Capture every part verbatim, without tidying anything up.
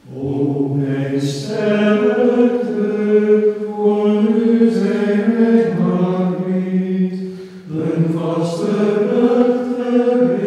O mijn sterkte, voor u zijn wij niet, een vaste luchte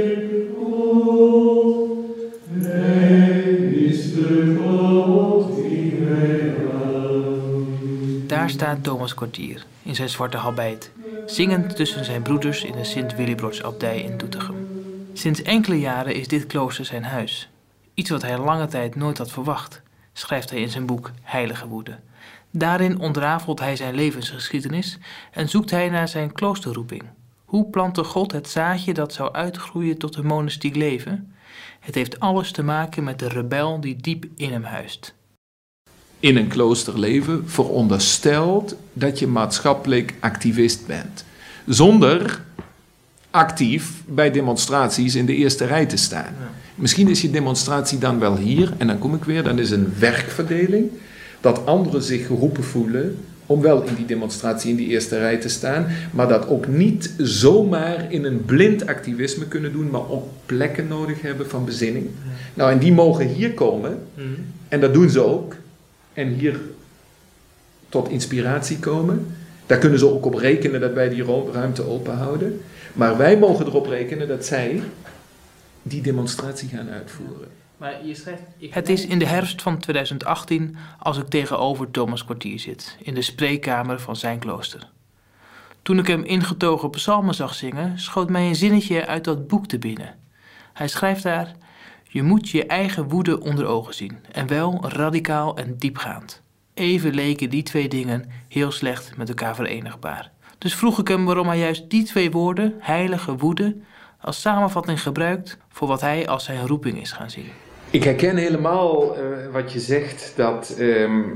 wereld. Hij is de God die wij aanbiedt. Daar staat Thomas Kwartier in zijn zwarte habit, zingend tussen zijn broeders in de Sint-Willibrordsabdij in Doetinchem. Sinds enkele jaren is dit klooster zijn huis. Iets wat hij lange tijd nooit had verwacht, schrijft hij in zijn boek Heilige Woede. Daarin ontrafelt hij zijn levensgeschiedenis en zoekt hij naar zijn kloosterroeping. Hoe plantte God het zaadje dat zou uitgroeien tot een monastiek leven? Het heeft alles te maken met de rebel die diep in hem huist. In een kloosterleven veronderstelt dat je maatschappelijk activist bent. Zonder actief bij demonstraties in de eerste rij te staan. Ja. Misschien is je demonstratie dan wel hier, en dan kom ik weer, dan is een werkverdeling, dat anderen zich geroepen voelen om wel in die demonstratie in die eerste rij te staan, maar dat ook niet zomaar in een blind activisme kunnen doen, maar ook plekken nodig hebben van bezinning. Ja. Nou, en die mogen hier komen, mm. en dat doen ze ook, en hier tot inspiratie komen. Daar kunnen ze ook op rekenen dat wij die ruimte open houden. Maar wij mogen erop rekenen dat zij die demonstratie gaan uitvoeren. Maar je schrijft, ik... Het is in de herfst van tweeduizend achttien als ik tegenover Thomas Kwartier zit, in de spreekkamer van zijn klooster. Toen ik hem ingetogen psalmen zag zingen, schoot mij een zinnetje uit dat boek te binnen. Hij schrijft daar: je moet je eigen woede onder ogen zien, en wel radicaal en diepgaand. Even leken die twee dingen heel slecht met elkaar verenigbaar. Dus vroeg ik hem waarom hij juist die twee woorden, heilige woede, als samenvatting gebruikt voor wat hij als zijn roeping is gaan zien. Ik herken helemaal uh, wat je zegt, dat um,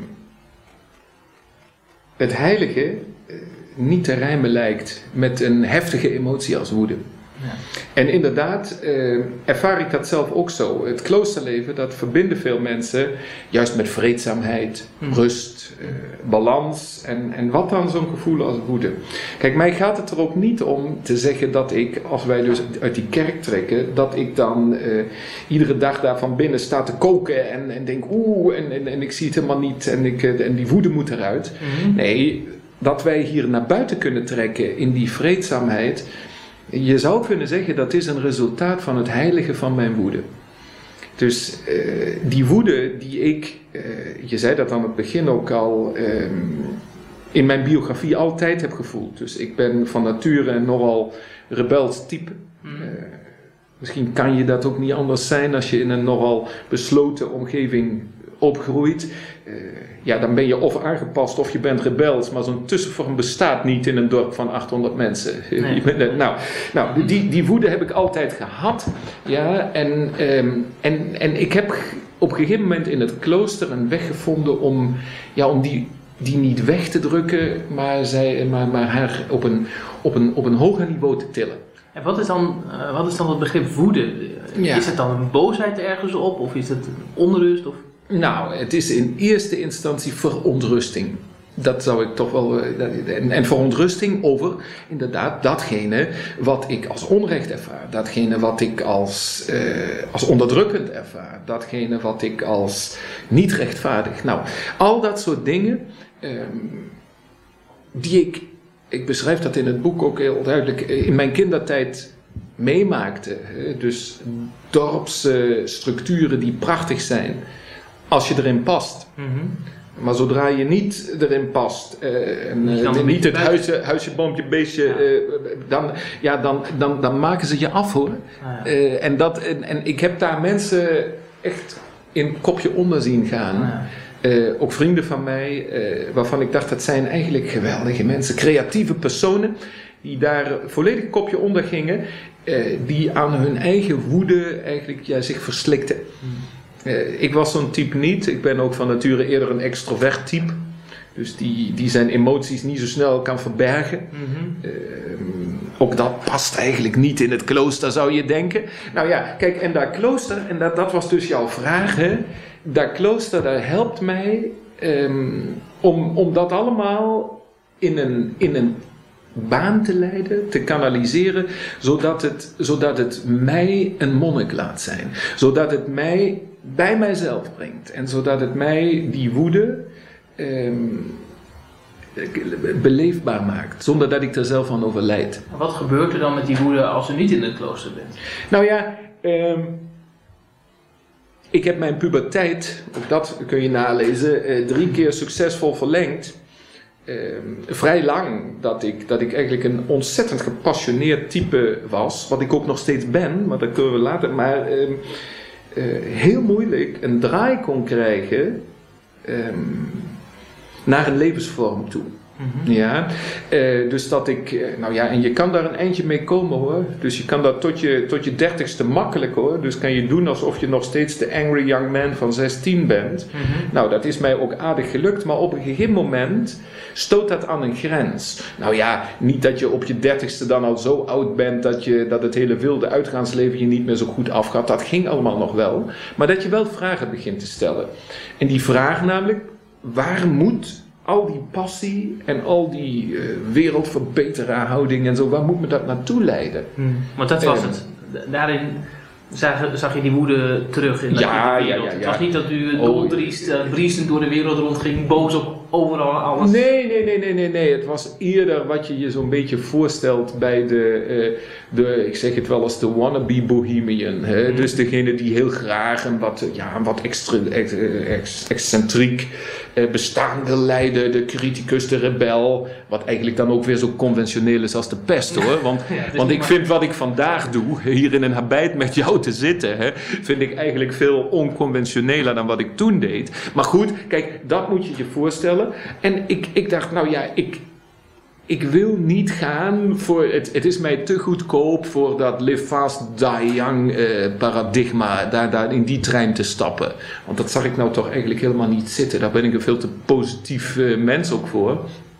het heilige uh, niet te rijmen lijkt met een heftige emotie als woede. Ja. En inderdaad uh, ervaar ik dat zelf ook zo. Het kloosterleven, dat verbinden veel mensen juist met vreedzaamheid, mm. rust, uh, balans en, en wat dan zo'n gevoel als woede. Kijk, mij gaat het er ook niet om te zeggen dat ik, als wij dus uit die kerk trekken, dat ik dan uh, iedere dag daar van binnen sta te koken en, en denk oeh, en, en, en ik zie het helemaal niet en, ik, en die woede moet eruit. Mm. Nee, dat wij hier naar buiten kunnen trekken in die vreedzaamheid. Je zou kunnen zeggen dat is een resultaat van het heilige van mijn woede. Dus uh, die woede die ik, uh, je zei dat aan het begin ook al, uh, in mijn biografie altijd heb gevoeld. Dus ik ben van nature een nogal rebels type. Uh, misschien kan je dat ook niet anders zijn als je in een nogal besloten omgeving opgroeit. Uh, ja, dan ben je of aangepast of je bent rebels, maar zo'n tussenvorm bestaat niet in een dorp van achthonderd mensen. Nee. nou, nou die, die woede heb ik altijd gehad. Ja, en, um, en, en ik heb op een gegeven moment in het klooster een weg gevonden om, ja, om die, die niet weg te drukken, maar, zij, maar, maar haar op een, op, een, op een hoger niveau te tillen. En wat is dan, uh, wat is dan het begrip woede? Ja. Is het dan een boosheid ergens op of is het een onrust? Of? Nou, het is in eerste instantie verontrusting. Dat zou ik toch wel... En, en verontrusting over inderdaad datgene wat ik als onrecht ervaar. Datgene wat ik als, uh, als onderdrukkend ervaar. Datgene wat ik als niet rechtvaardig. Nou, al dat soort dingen um, die ik... Ik beschrijf dat in het boek ook heel duidelijk. In mijn kindertijd meemaakte. Dus dorpsstructuren die prachtig zijn. Als je erin past. Mm-hmm. Maar zodra je niet erin past, uh, en, uh, niet het huisje, huisje, boompje, beestje, ja. uh, dan, ja, dan, dan, dan maken ze je af hoor. Ah, ja. uh, en, dat, en, en ik heb daar mensen echt in kopje onder zien gaan. Ah, ja. Uh, ook vrienden van mij, uh, waarvan ik dacht dat zijn eigenlijk geweldige mensen, creatieve personen, die daar volledig kopje onder gingen, uh, die aan hun eigen woede eigenlijk ja, zich verslikten. Hmm. Uh, ik was zo'n type niet. Ik ben ook van nature eerder een extrovert type. Dus die, die zijn emoties niet zo snel kan verbergen. Mm-hmm. Uh, ook dat past eigenlijk niet in het klooster, zou je denken. Nou ja, kijk, en dat klooster, en dat, dat was dus jouw vraag, hè? Dat klooster, dat helpt mij um, om, om dat allemaal in een, in een baan te leiden, te kanaliseren, zodat het, zodat het mij een monnik laat zijn. Zodat het mij bij mijzelf brengt. En zodat het mij die woede um, beleefbaar maakt. Zonder dat ik er zelf van overlijd. Wat gebeurt er dan met die woede als u niet in het klooster bent? Nou ja, um, ik heb mijn puberteit, ook dat kun je nalezen, uh, drie keer succesvol verlengd. Uh, vrij lang dat ik, dat ik eigenlijk een ontzettend gepassioneerd type was, wat ik ook nog steeds ben, maar dat kunnen we later, maar uh, uh, heel moeilijk een draai kon krijgen um, naar een levensvorm toe. Mm-hmm. Ja, uh, dus dat ik, uh, nou ja, en je kan daar een eindje mee komen hoor. Dus je kan dat tot je, tot je dertigste makkelijk hoor. Dus kan je doen alsof je nog steeds de angry young man van zestien bent. Mm-hmm. Nou, dat is mij ook aardig gelukt, maar op een gegeven moment stoot dat aan een grens. Nou ja, niet dat je op je dertigste dan al zo oud bent dat, je, dat het hele wilde uitgaansleven je niet meer zo goed afgaat. Dat ging allemaal nog wel. Maar dat je wel vragen begint te stellen. En die vraag namelijk, waar moet al die passie en al die uh, wereldverbeteraarhouding en zo, waar moet me dat naartoe leiden? Hmm. Want dat was uh, het. Daarin zag, zag je die woede terug in de, ja, in de wereld. Ja, ja, ja. Het was niet dat u doldriest, uh, briesend door de wereld rondging, boos op overal alles. Nee, nee, nee, nee, nee, nee. Het was eerder wat je je zo'n beetje voorstelt bij de, uh, de ik zeg het wel als de wannabe bohemian. Hè? Hmm. Dus degene die heel graag een wat, ja, een wat extra, ex, ex, excentriek uh, bestaan wil leiden. De criticus, de rebel. Wat eigenlijk dan ook weer zo conventioneel is als de pest hoor. Want, ja, want ik maar... vind wat ik vandaag doe, hier in een habit met jou te zitten, hè, vind ik eigenlijk veel onconventioneler dan wat ik toen deed. Maar goed, kijk, dat moet je je voorstellen. En ik, ik dacht, nou ja, ik, ik wil niet gaan voor, het, het is mij te goedkoop voor dat live fast, die young eh, paradigma, daar, daar in die trein te stappen. Want dat zag ik nou toch eigenlijk helemaal niet zitten. Daar ben ik een veel te positief eh, mens ook voor.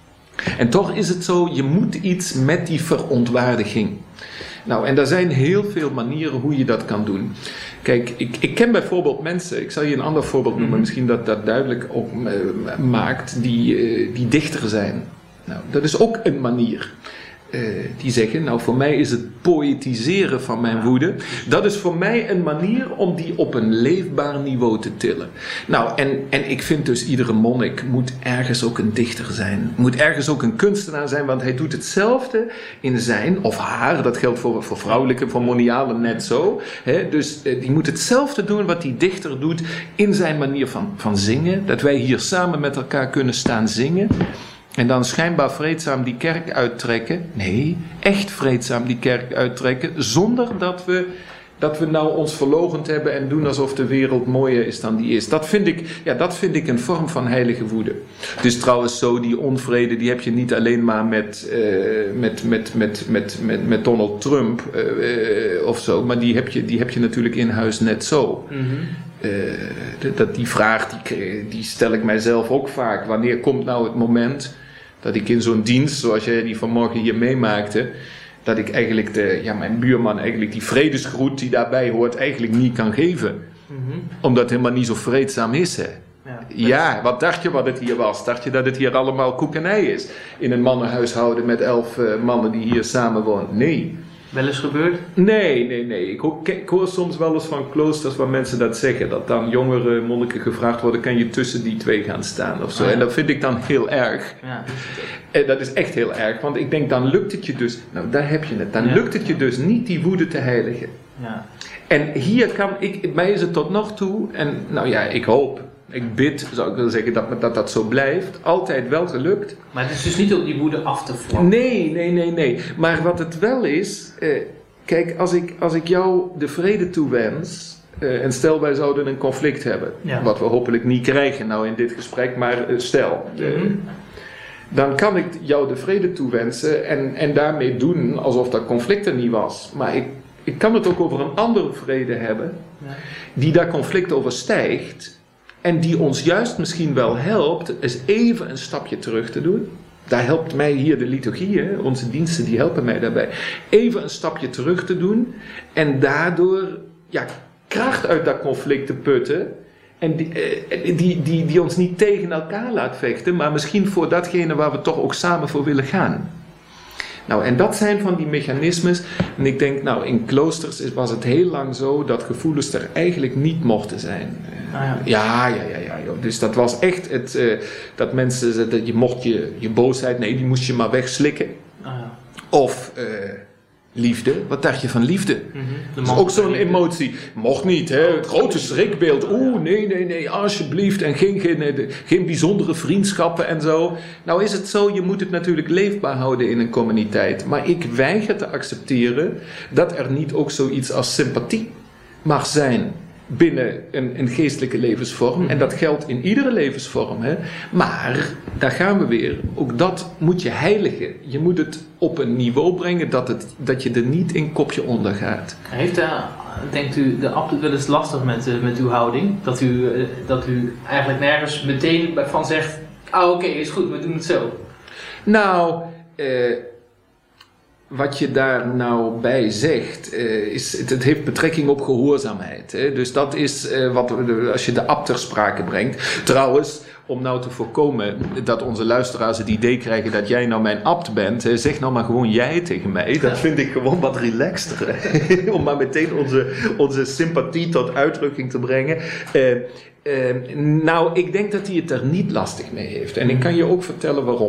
En toch is het zo, je moet iets met die verontwaardiging. Nou, en er zijn heel veel manieren hoe je dat kan doen. Kijk, ik, ik ken bijvoorbeeld mensen, ik zal je een ander voorbeeld noemen, mm-hmm. misschien dat dat duidelijk ook uh, maakt, die, uh, die dichter zijn. Nou, dat is ook een manier. Uh, die zeggen, nou voor mij is het poëtiseren van mijn woede, dat is voor mij een manier om die op een leefbaar niveau te tillen. Nou, en, en ik vind dus iedere monnik moet ergens ook een dichter zijn, moet ergens ook een kunstenaar zijn, want hij doet hetzelfde in zijn of haar, dat geldt voor, voor vrouwelijke, voor monialen net zo, hè? Dus uh, die moet hetzelfde doen wat die dichter doet in zijn manier van, van zingen, dat wij hier samen met elkaar kunnen staan zingen. En dan schijnbaar vreedzaam die kerk uittrekken. Nee, echt vreedzaam die kerk uittrekken. Zonder dat we, dat we nou ons verloochend hebben en doen alsof de wereld mooier is dan die is. Dat vind ik, ja, dat vind ik een vorm van heilige woede. Het is trouwens zo, die onvrede die heb je niet alleen maar met, uh, met, met, met, met, met, met Donald Trump uh, uh, of zo. Maar die heb je, die heb je natuurlijk in huis net zo. Mm-hmm. Uh, dat, die vraag die, die stel ik mijzelf ook vaak. Wanneer komt nou het moment dat ik in zo'n dienst, zoals jij die vanmorgen hier meemaakte, dat ik eigenlijk de, ja, mijn buurman eigenlijk die vredesgroet die daarbij hoort eigenlijk niet kan geven. Mm-hmm. Omdat het helemaal niet zo vreedzaam is. Hè? Ja, ja, wat dacht je wat het hier was? Dacht je dat het hier allemaal koek en ei is? In een mannenhuishouden met elf uh, mannen die hier samen wonen? Nee. Wel eens gebeurd? Nee, nee, nee. Ik hoor, ik hoor soms wel eens van kloosters waar mensen dat zeggen. Dat dan jongere monniken gevraagd worden, kan je tussen die twee gaan staan of zo. Ah, ja. En dat vind ik dan heel erg. Ja. En dat is echt heel erg. Want ik denk, dan lukt het je dus, nou daar heb je het. Dan ja. lukt het je dus niet die woede te heiligen. Ja. En hier kan ik, mij is het tot nog toe, en nou ja, ik hoop, ik bid, zou ik willen zeggen, dat, dat dat zo blijft. Altijd wel gelukt. Maar het is dus niet om die woede af te vormen. Nee, nee, nee, nee. Maar wat het wel is, eh, kijk, als ik, als ik jou de vrede toewens, uh, en stel wij zouden een conflict hebben, ja. wat we hopelijk niet krijgen nou in dit gesprek, maar uh, stel, mm-hmm. uh, dan kan ik jou de vrede toewensen en, en daarmee doen alsof dat conflict er niet was. Maar ik, ik kan het ook over een andere vrede hebben, ja. die dat conflict overstijgt. En die ons juist misschien wel helpt, is even een stapje terug te doen. Daar helpt mij hier de liturgie, hè? Onze diensten die helpen mij daarbij. Even een stapje terug te doen. En daardoor ja, kracht uit dat conflict te putten. En die, eh, die, die, die ons niet tegen elkaar laat vechten, maar misschien voor datgene waar we toch ook samen voor willen gaan. Nou, en dat zijn van die mechanismes. En ik denk, nou, in kloosters is- was het heel lang zo dat gevoelens er eigenlijk niet mochten zijn. Ah, ja. Ja, ja, ja, ja. Joh. Dus dat was echt het, eh, dat mensen, dat je mocht je, je boosheid, nee, die moest je maar wegslikken. Ah, ja. Of eh, liefde. Wat dacht je van liefde? Mhm. De Dat is man- ook zo'n emotie. Mocht niet, hè? Het grote schrikbeeld. Oeh, nee, nee, nee, alsjeblieft. En geen, geen, eh, geen bijzondere vriendschappen en zo. Nou is het zo, je moet het natuurlijk leefbaar houden in een communiteit. Maar ik weiger te accepteren dat er niet ook zoiets als sympathie mag zijn binnen een, een geestelijke levensvorm. En dat geldt in iedere levensvorm. Hè? Maar, daar gaan we weer. Ook dat moet je heiligen. Je moet het op een niveau brengen dat, het, dat je er niet in kopje onder gaat. Heeft, uh, denkt u, de abt het wel eens lastig met, uh, met uw houding? Dat u, uh, dat u eigenlijk nergens meteen van zegt, ah oké, is goed, we doen het zo. Nou, eh, wat je daar nou bij zegt, eh, is, het, het heeft betrekking op gehoorzaamheid. Hè? Dus dat is eh, wat we- als je de abt ter sprake brengt. Trouwens, om nou te voorkomen dat onze luisteraars het idee krijgen dat jij nou mijn abt bent, hè, zeg nou maar gewoon jij tegen mij. Dat vind ik gewoon wat relaxter. Hè? Om maar meteen onze, onze sympathie tot uitdrukking te brengen. Eh, eh, nou, ik denk dat hij het er niet lastig mee heeft. En ik kan je ook vertellen waarom.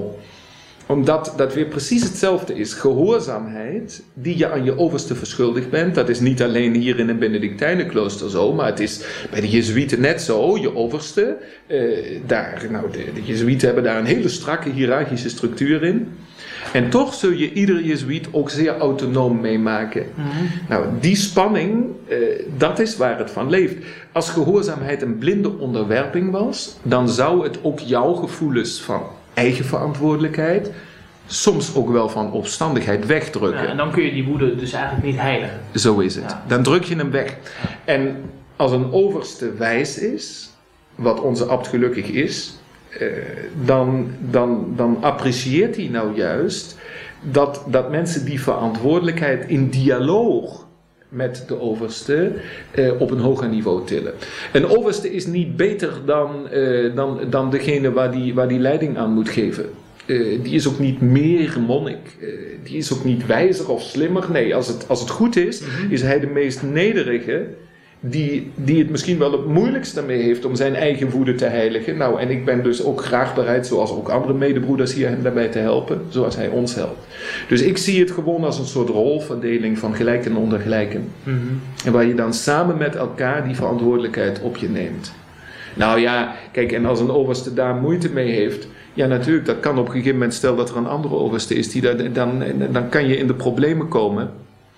Omdat dat weer precies hetzelfde is. Gehoorzaamheid, die je aan je overste verschuldigd bent. Dat is niet alleen hier in een Benedictijnenklooster zo, maar het is bij de Jezuïeten net zo. Je overste, eh, daar, nou, de, de Jezuïeten hebben daar een hele strakke hiërarchische structuur in. En toch zul je iedere Jezuïet ook zeer autonoom meemaken. Mm-hmm. Nou, die spanning, eh, dat is waar het van leeft. Als gehoorzaamheid een blinde onderwerping was, dan zou het ook jouw gevoelens van eigen verantwoordelijkheid, soms ook wel van opstandigheid wegdrukken. Ja, en dan kun je die woede dus eigenlijk niet heiligen. Zo is het. Ja. Dan druk je hem weg. En als een overste wijs is, wat onze abt gelukkig is, eh, dan, dan, dan apprecieert hij nou juist dat, dat mensen die verantwoordelijkheid in dialoog met de overste eh, op een hoger niveau tillen. Een overste is niet beter dan, eh, dan, dan degene waar die, waar die leiding aan moet geven. Uh, die is ook niet meer monnik. Uh, die is ook niet wijzer of slimmer. Nee, als het, als het goed is, mm-hmm. is hij de meest nederige die, die het misschien wel het moeilijkste mee heeft om zijn eigen woede te heiligen. Nou, en ik ben dus ook graag bereid, zoals ook andere medebroeders hier, hem daarbij te helpen, zoals hij ons helpt. Dus ik zie het gewoon als een soort rolverdeling van gelijken onder gelijken. Mm-hmm. En waar je dan samen met elkaar die verantwoordelijkheid op je neemt. Nou ja, kijk, en als een overste daar moeite mee heeft, ja natuurlijk, dat kan op een gegeven moment, stel dat er een andere overste is, die daar, dan, dan kan je in de problemen komen.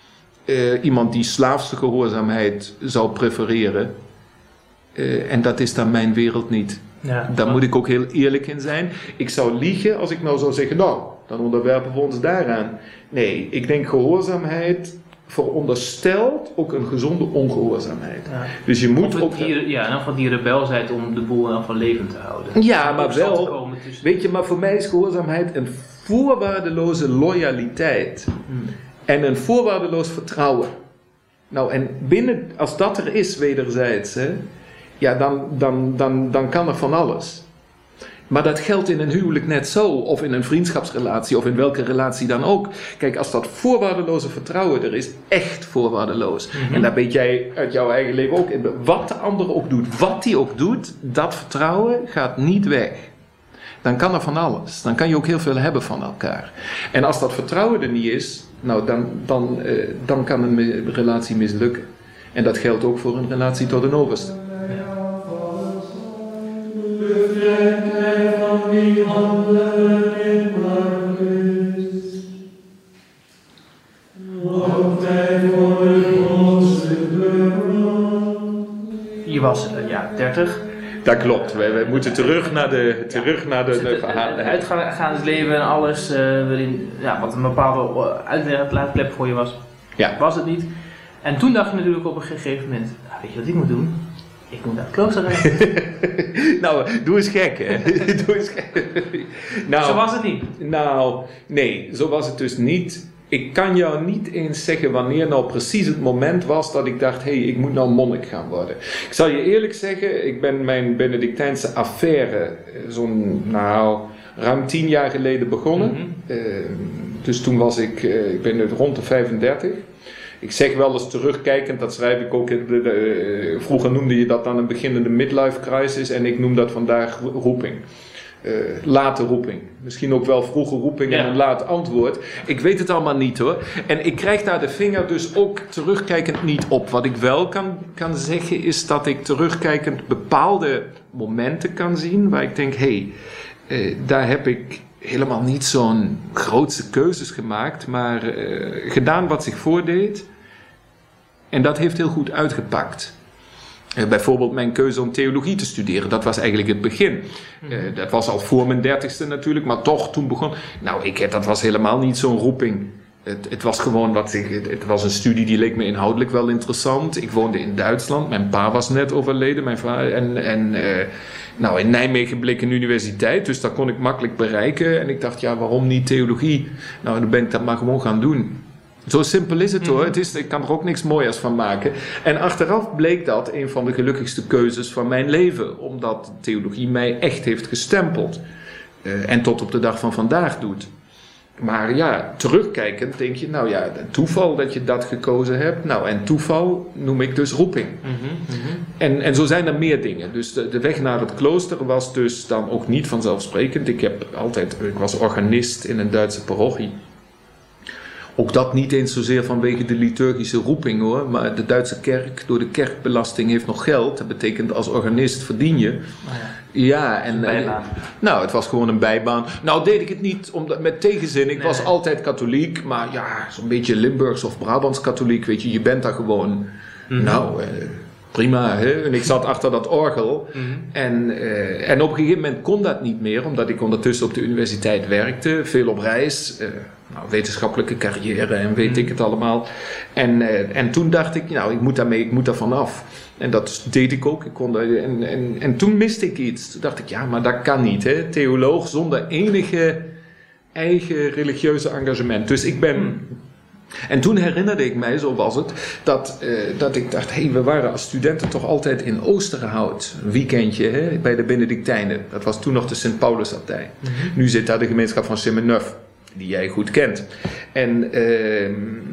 Uh, iemand die slaafse gehoorzaamheid zou prefereren. Uh, en dat is dan mijn wereld niet. Ja, daar moet ik ook heel eerlijk in zijn. Ik zou liegen als ik nou zou zeggen, nou, dan onderwerpen we ons daaraan. Nee, ik denk gehoorzaamheid veronderstelt ook een gezonde ongehoorzaamheid. Ja. Dus je moet ook... Die, ja, en dan van die rebelsheid om de boel dan van levend te houden. Ja, maar wel... Tussen... Weet je, maar voor mij is gehoorzaamheid een voorwaardeloze loyaliteit. Hmm. En een voorwaardeloos vertrouwen. Nou, en binnen, als dat er is wederzijds, hè, ja, dan, dan, dan, dan kan er van alles. Maar dat geldt in een huwelijk net zo, of in een vriendschapsrelatie, of in welke relatie dan ook. Kijk, als dat voorwaardeloze vertrouwen er is, echt voorwaardeloos. Mm-hmm. En daar weet jij uit jouw eigen leven ook in. Wat de ander ook doet, wat die ook doet, dat vertrouwen gaat niet weg. Dan kan er van alles. Dan kan je ook heel veel hebben van elkaar. En als dat vertrouwen er niet is, nou, dan, dan, uh, dan kan een relatie mislukken. En dat geldt ook voor een relatie tot een overste. Je was uh, ja, dertig. Dat klopt, wij, wij moeten terug naar de, terug naar de, de verhalen. Het uitgaansleven en alles, uh, waarin, ja, wat een bepaalde uitlaatklep voor je was, ja. was het niet. En toen dacht je natuurlijk op een gegeven moment, nou, weet je wat ik moet doen? Ik moet naar het klooster rijden. Nou, doe eens gek, hè. Doe eens gek. Nou, zo was het niet. Nou, nee, zo was het dus niet. Ik kan jou niet eens zeggen wanneer nou precies het moment was dat ik dacht, hé, hey, ik moet nou monnik gaan worden. Ik zal je eerlijk zeggen, ik ben mijn Benedictijnse affaire zo'n, nou, ruim tien jaar geleden begonnen. Mm-hmm. Uh, dus toen was ik, uh, ik ben rond de vijfendertig. Ik zeg wel eens terugkijkend, dat schrijf ik ook in de, de, uh, vroeger noemde je dat dan een beginnende midlife crisis en ik noem dat vandaag roeping. Uh, late roeping. Misschien ook wel vroege roeping en ja. een laat antwoord. Ik weet het allemaal niet hoor. En ik krijg daar de vinger dus ook terugkijkend niet op. Wat ik wel kan, kan zeggen is dat ik terugkijkend bepaalde momenten kan zien waar ik denk, hé, hey, uh, daar heb ik helemaal niet zo'n grootse keuzes gemaakt, maar uh, gedaan wat zich voordeed. En dat heeft heel goed uitgepakt. Uh, bijvoorbeeld mijn keuze om theologie te studeren, dat was eigenlijk het begin. Uh, dat was al voor mijn dertigste natuurlijk, maar toch toen begon. Nou, ik, dat was helemaal niet zo'n roeping. Het, het was gewoon wat ik, het, het was een studie die leek me inhoudelijk wel interessant. Ik woonde in Duitsland, mijn pa was net overleden, mijn vader en. en uh, Nou, in Nijmegen bleek een universiteit, dus dat kon ik makkelijk bereiken. En ik dacht, ja, waarom niet theologie? Nou, dan ben ik dat maar gewoon gaan doen. Zo simpel is het hoor. Het is, ik kan er ook niks mooiers van maken. En achteraf bleek dat een van de gelukkigste keuzes van mijn leven. Omdat theologie mij echt heeft gestempeld. Uh, en tot op de dag van vandaag doet. Maar ja, terugkijkend denk je, nou ja, toeval dat je dat gekozen hebt. Nou, en toeval noem ik dus roeping. Mm-hmm, mm-hmm. En, en zo zijn er meer dingen. Dus de, de weg naar het klooster was dus dan ook niet vanzelfsprekend. Ik heb altijd, ik was organist in een Duitse parochie. Ook dat niet eens zozeer vanwege de liturgische roeping hoor. Maar de Duitse kerk, door de kerkbelasting, heeft nog geld. Dat betekent als organist verdien je. Oh ja. Ja, en, bijbaan. Nou, het was gewoon een bijbaan. Nou, deed ik het niet omdat, met tegenzin. Ik nee. was altijd katholiek, maar ja, zo'n beetje Limburgs of Brabants katholiek, weet je, je bent daar gewoon. Mm-hmm. Nou, eh, prima, hè? En ik zat achter dat orgel. Mm-hmm. En, eh, en op een gegeven moment kon dat niet meer, omdat ik ondertussen op de universiteit werkte, veel op reis. Eh, nou, wetenschappelijke carrière en weet mm-hmm. ik het allemaal. En, eh, en toen dacht ik, nou, ik moet daarmee, ik moet daar vanaf. En dat deed ik ook. Ik kon daar, en, en, en toen miste ik iets. Toen dacht ik, ja, maar dat kan niet. Hè? Theoloog zonder enige eigen religieuze engagement. Dus ik ben... Hmm. En toen herinnerde ik mij, zo was het, dat, uh, dat ik dacht, hé, hey, we waren als studenten toch altijd in Oosterhout. Een weekendje hè, bij de Benedictijnen. Dat was toen nog de Sint-Paulusabdij. Mm-hmm. Nu zit daar de gemeenschap van Simmenneuf, die jij goed kent. En... Uh,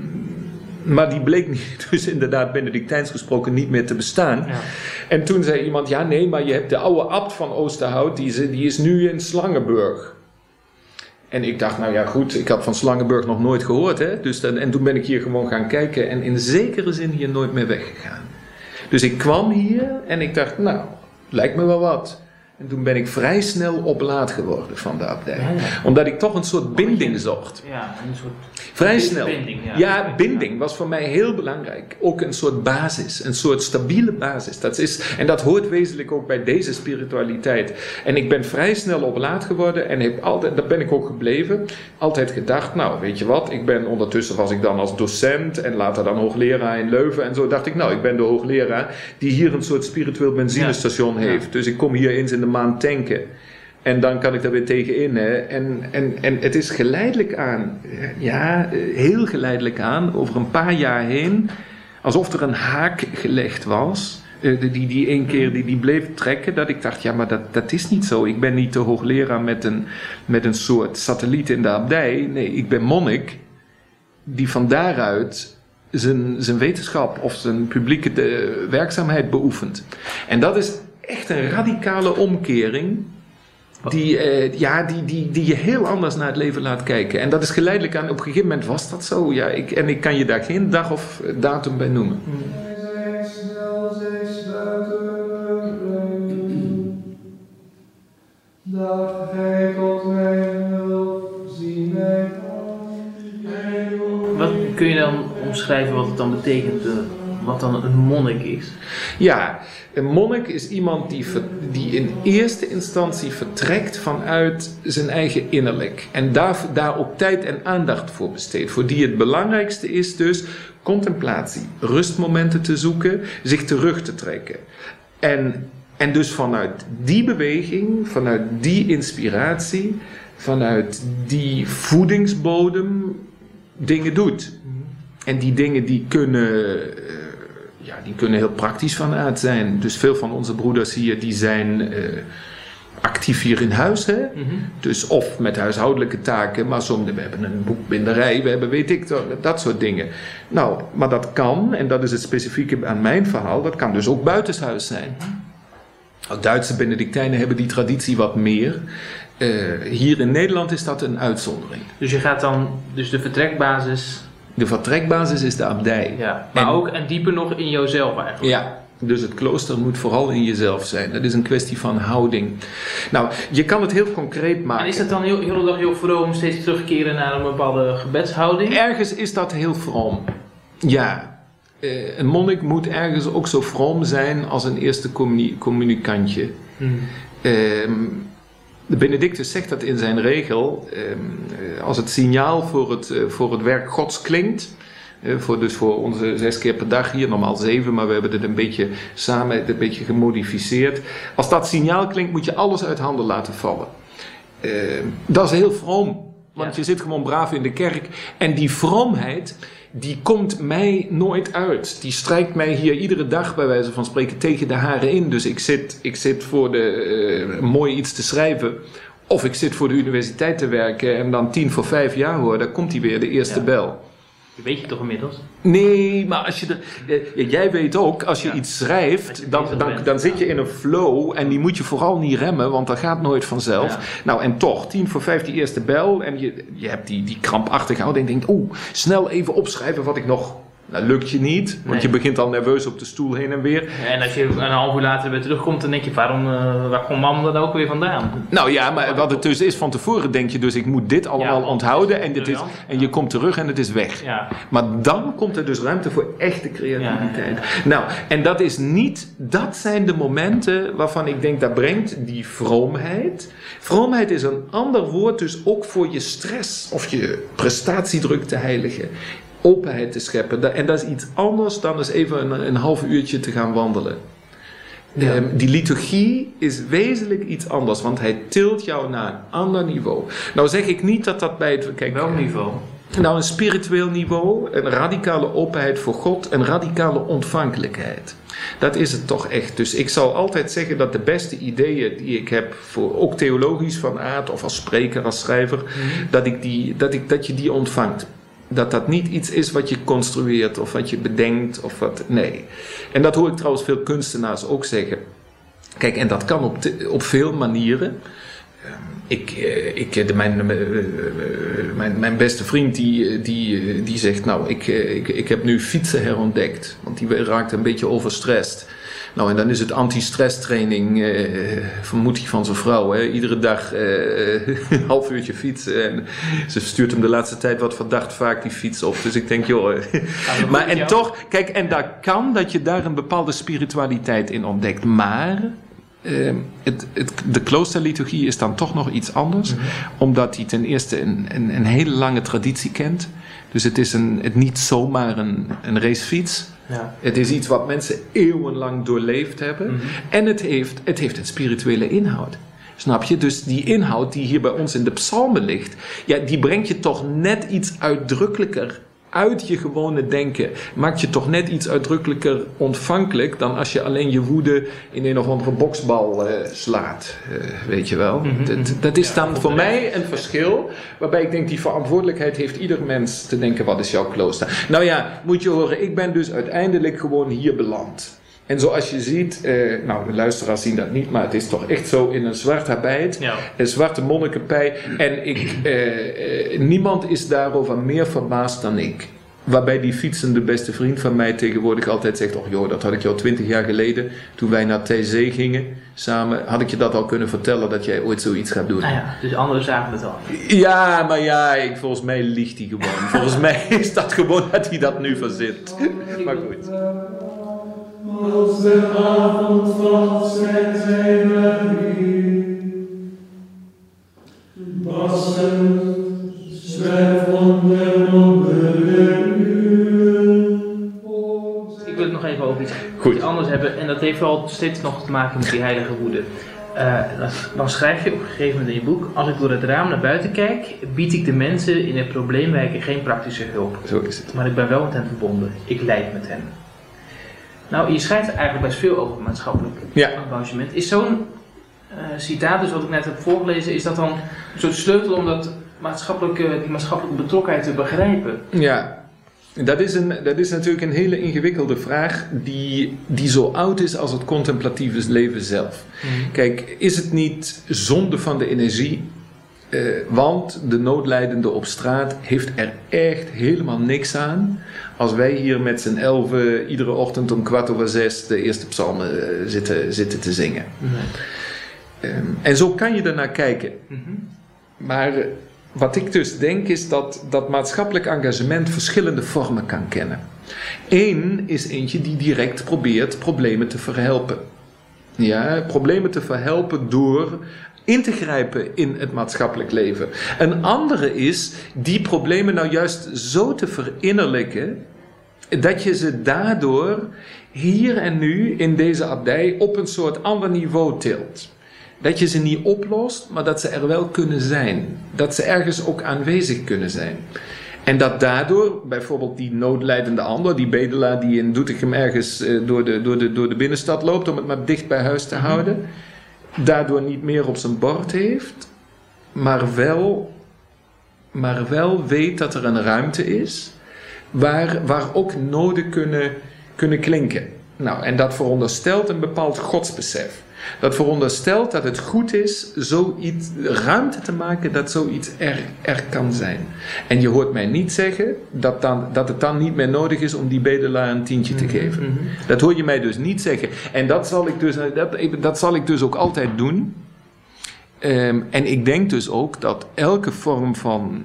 Maar die bleek niet, dus inderdaad Benedictijns gesproken niet meer te bestaan. Ja. En toen zei iemand, ja nee, maar je hebt de oude abt van Oosterhout, die is, die is nu in Slangenburg. En ik dacht, nou ja goed, ik had van Slangenburg nog nooit gehoord. Hè? Dus dan, en toen ben ik hier gewoon gaan kijken en in zekere zin hier nooit meer weggegaan. Dus ik kwam hier en ik dacht, nou, lijkt me wel wat. En toen ben ik vrij snel oplaad geworden van de abdij. Ja, ja. Omdat ik toch een soort binding zocht. Ja, een soort... Vrij snel. Binding, ja. ja, binding was voor mij heel belangrijk. Ook een soort basis, een soort stabiele basis. Dat is, en dat hoort wezenlijk ook bij deze spiritualiteit. En ik ben vrij snel oplaad geworden en heb altijd, daar ben ik ook gebleven. Altijd gedacht, nou weet je wat, ik ben ondertussen was ik dan als docent en later dan hoogleraar in Leuven. En zo dacht ik, nou ik ben de hoogleraar die hier een soort spiritueel benzinestation ja. heeft. Ja. Dus ik kom hier eens in de maand tanken. En dan kan ik daar weer tegenin. Hè. En, en, en het is geleidelijk aan, ja, heel geleidelijk aan, over een paar jaar heen, alsof er een haak gelegd was, die, die, die één keer die, die bleef trekken, dat ik dacht, ja, maar dat, dat is niet zo. Ik ben niet de hoogleraar met een, met een soort satelliet in de abdij. Nee, ik ben monnik die van daaruit zijn, zijn wetenschap of zijn publieke de, werkzaamheid beoefent. En dat is echt een radicale omkering. Die, uh, ja, die, die, die je heel anders naar het leven laat kijken. En dat is geleidelijk aan, op een gegeven moment was dat zo. Ja, ik, en ik kan je daar geen dag of datum bij noemen. Hmm. Dat gij tot mijn hulp zie mij Wat kun je dan omschrijven wat het dan betekent, uh, wat dan een monnik is? Ja, een monnik is iemand die, ver, die in eerste instantie vertrekt vanuit zijn eigen innerlijk. En daar, daar ook tijd en aandacht voor besteedt. Voor die het belangrijkste is dus contemplatie, rustmomenten te zoeken, zich terug te trekken. En, en dus vanuit die beweging, vanuit die inspiratie, vanuit die voedingsbodem dingen doet. En die dingen die kunnen... Ja, die kunnen heel praktisch van aard zijn. Dus veel van onze broeders hier, die zijn, uh, actief hier in huis. Hè? Mm-hmm. Dus of met huishoudelijke taken, maar soms, we hebben een boekbinderij, we hebben weet ik, dat soort dingen. Nou, maar dat kan, en dat is het specifieke aan mijn verhaal, dat kan dus ook buitenshuis zijn. Nou, Duitse Benedictijnen hebben die traditie wat meer. Uh, hier in Nederland is dat een uitzondering. Dus je gaat dan, dus de vertrekbasis... De vertrekbasis is de abdij. Ja, maar en, ook en dieper nog in jouzelf eigenlijk. Ja, dus het klooster moet vooral in jezelf zijn. Dat is een kwestie van houding. Nou, je kan het heel concreet maken. En is dat dan heel, heel dag heel vroom steeds terugkeren naar een bepaalde gebedshouding? Ergens is dat heel vroom. Ja. Uh, een monnik moet ergens ook zo vroom zijn als een eerste communi- communicantje. Hmm. Uh, De Benedictus zegt dat in zijn regel, eh, als het signaal voor het, eh, voor het werk Gods klinkt, eh, voor, dus voor onze zes keer per dag hier, normaal zeven, maar we hebben het een beetje samen een beetje gemodificeerd. Als dat signaal klinkt, moet je alles uit handen laten vallen. Eh, dat is heel vroom, want ja. je zit gewoon braaf in de kerk. En die vroomheid, die komt mij nooit uit. Die strijkt mij hier iedere dag bij wijze van spreken tegen de haren in. Dus ik zit, ik zit voor de, uh, mooi iets te schrijven. Of ik zit voor de universiteit te werken en dan tien voor vijf jaar hoor, dan komt hij weer, de eerste ja. bel. Dat weet je toch inmiddels? Nee, maar als je de, uh, jij weet ook, als je ja. iets schrijft, je dan, dan, dan zit je in een flow en die moet je vooral niet remmen, want dat gaat nooit vanzelf. Ja. Nou en toch, tien voor vijf die eerste bel en je, je hebt die, die krampachtige houding en denkt, oeh, snel even opschrijven wat ik nog... Nou, lukt je niet, want nee. je begint al nerveus op de stoel heen en weer. Ja, en als je een half uur later weer terugkomt, dan denk je, waarom, uh, waar komt mam dan ook weer vandaan? Nou ja, maar wat het dus is, van tevoren denk je dus, ik moet dit allemaal ja, onthouden en, dit is, en je komt terug en het is weg. Ja. Maar dan komt er dus ruimte voor echte creativiteit. Ja, ja, ja. Nou, en dat is niet, dat zijn de momenten waarvan ik denk, dat brengt die vroomheid. Vroomheid is een ander woord dus ook voor je stress of je prestatiedruk te heiligen. Openheid te scheppen. En dat is iets anders dan eens even een, een half uurtje te gaan wandelen. Ja. Um, die liturgie is wezenlijk iets anders, want hij tilt jou naar een ander niveau. Nou zeg ik niet dat dat bij het... Kijk, welk niveau? Nou, een spiritueel niveau, een radicale openheid voor God, een radicale ontvankelijkheid. Dat is het toch echt. Dus ik zal altijd zeggen dat de beste ideeën die ik heb, voor, ook theologisch van aard of als spreker, als schrijver, mm-hmm. dat, ik die, dat, ik, dat je die ontvangt. Dat dat niet iets is wat je construeert of wat je bedenkt of wat... Nee. En dat hoor ik trouwens veel kunstenaars ook zeggen. Kijk, en dat kan op, te, op veel manieren. Ik, ik, de, mijn, mijn, mijn beste vriend die, die, die zegt, nou, ik, ik, ik heb nu fietsen herontdekt. Want die raakt een beetje overstressed. Nou, en dan is het anti-stress training, eh, vermoedt hij van zijn vrouw. Hè? Iedere dag eh, een half uurtje fietsen. En ze stuurt hem de laatste tijd wat verdacht vaak die fiets op. Dus ik denk, joh. Ja, maar en toch, kijk, en dat kan dat je daar een bepaalde spiritualiteit in ontdekt. Maar uh, het, het, de kloosterliturgie is dan toch nog iets anders. Mm-hmm. Omdat hij ten eerste een, een, een hele lange traditie kent. Dus het is een, het niet zomaar een, een racefiets. Ja. Het is iets wat mensen eeuwenlang doorleefd hebben. Mm-hmm. En het heeft, het heeft een spirituele inhoud. Snap je? Dus die inhoud die hier bij ons in de psalmen ligt, ja, die brengt je toch net iets uitdrukkelijker uit je gewone denken. Maakt je toch net iets uitdrukkelijker ontvankelijk dan als je alleen je woede in een of andere boksbal uh, slaat. Uh, weet je wel? Mm-hmm. dat, dat is dan ja, voor mij een verschil waarbij ik denk die verantwoordelijkheid heeft ieder mens te denken, wat is jouw klooster? Nou ja, moet je horen, ik ben dus uiteindelijk gewoon hier beland. En zoals je ziet, eh, nou de luisteraars zien dat niet, maar het is toch echt zo in een zwart habit, ja. Een zwarte monnikenpij. En ik, eh, eh, niemand is daarover meer verbaasd dan ik. Waarbij die fietsende beste vriend van mij tegenwoordig altijd zegt, oh joh, dat had ik jou twintig jaar geleden, toen wij naar T C gingen samen, had ik je dat al kunnen vertellen dat jij ooit zoiets gaat doen. Nou ja, dus anderen zagen het al. Ja, maar ja, ik, volgens mij liegt hij gewoon. Volgens mij is dat gewoon dat hij dat nu verzint. Maar goed. Als de avond valt, zijn zij begin. Wassen, zwervende wonderen uren. Ik wil het nog even over iets, Goed. iets anders hebben. En dat heeft wel steeds nog te maken met die heilige woede. Uh, dan schrijf je op een gegeven moment in je boek: als ik door het raam naar buiten kijk, bied ik de mensen in het probleemwijken geen praktische hulp. Zo is het. Maar ik ben wel met hen verbonden. Ik leid met hen. Nou, je schrijft eigenlijk best veel over maatschappelijk ja. engagement. Is zo'n uh, citaat, dus wat ik net heb voorgelezen, is dat dan een soort sleutel om dat maatschappelijke, die maatschappelijke betrokkenheid te begrijpen? Ja, dat is, een, dat is natuurlijk een hele ingewikkelde vraag die, die zo oud is als het contemplatieve leven zelf. Mm. Kijk, is het niet zonde van de energie? Uh, want de noodlijdende op straat heeft er echt helemaal niks aan als wij hier met z'n elfen iedere ochtend om kwart over zes de eerste psalmen uh, zitten, zitten te zingen. Nee. Um, en zo kan je ernaar kijken. Mm-hmm. Maar uh, wat ik dus denk is dat dat maatschappelijk engagement verschillende vormen kan kennen. Eén is eentje die direct probeert problemen te verhelpen. Ja, problemen te verhelpen door in te grijpen in het maatschappelijk leven. Een andere is die problemen nou juist zo te verinnerlijken dat je ze daardoor hier en nu in deze abdij op een soort ander niveau tilt. Dat je ze niet oplost, maar dat ze er wel kunnen zijn. Dat ze ergens ook aanwezig kunnen zijn. En dat daardoor bijvoorbeeld die noodlijdende ander, die bedelaar die in Doetinchem ergens uh, door, de, door, de, door de binnenstad loopt om het maar dicht bij huis te houden, daardoor niet meer op zijn bord heeft, maar wel, maar wel weet dat er een ruimte is waar, waar ook noden kunnen, kunnen klinken. Nou, en dat veronderstelt een bepaald godsbesef. Dat veronderstelt dat het goed is zoiets, ruimte te maken dat zoiets er, er kan zijn. En je hoort mij niet zeggen dat, dan, dat het dan niet meer nodig is om die bedelaar een tientje te geven. Mm-hmm. Dat hoor je mij dus niet zeggen. En dat zal ik dus, dat, dat zal ik dus ook altijd doen. Um, en ik denk dus ook dat elke vorm van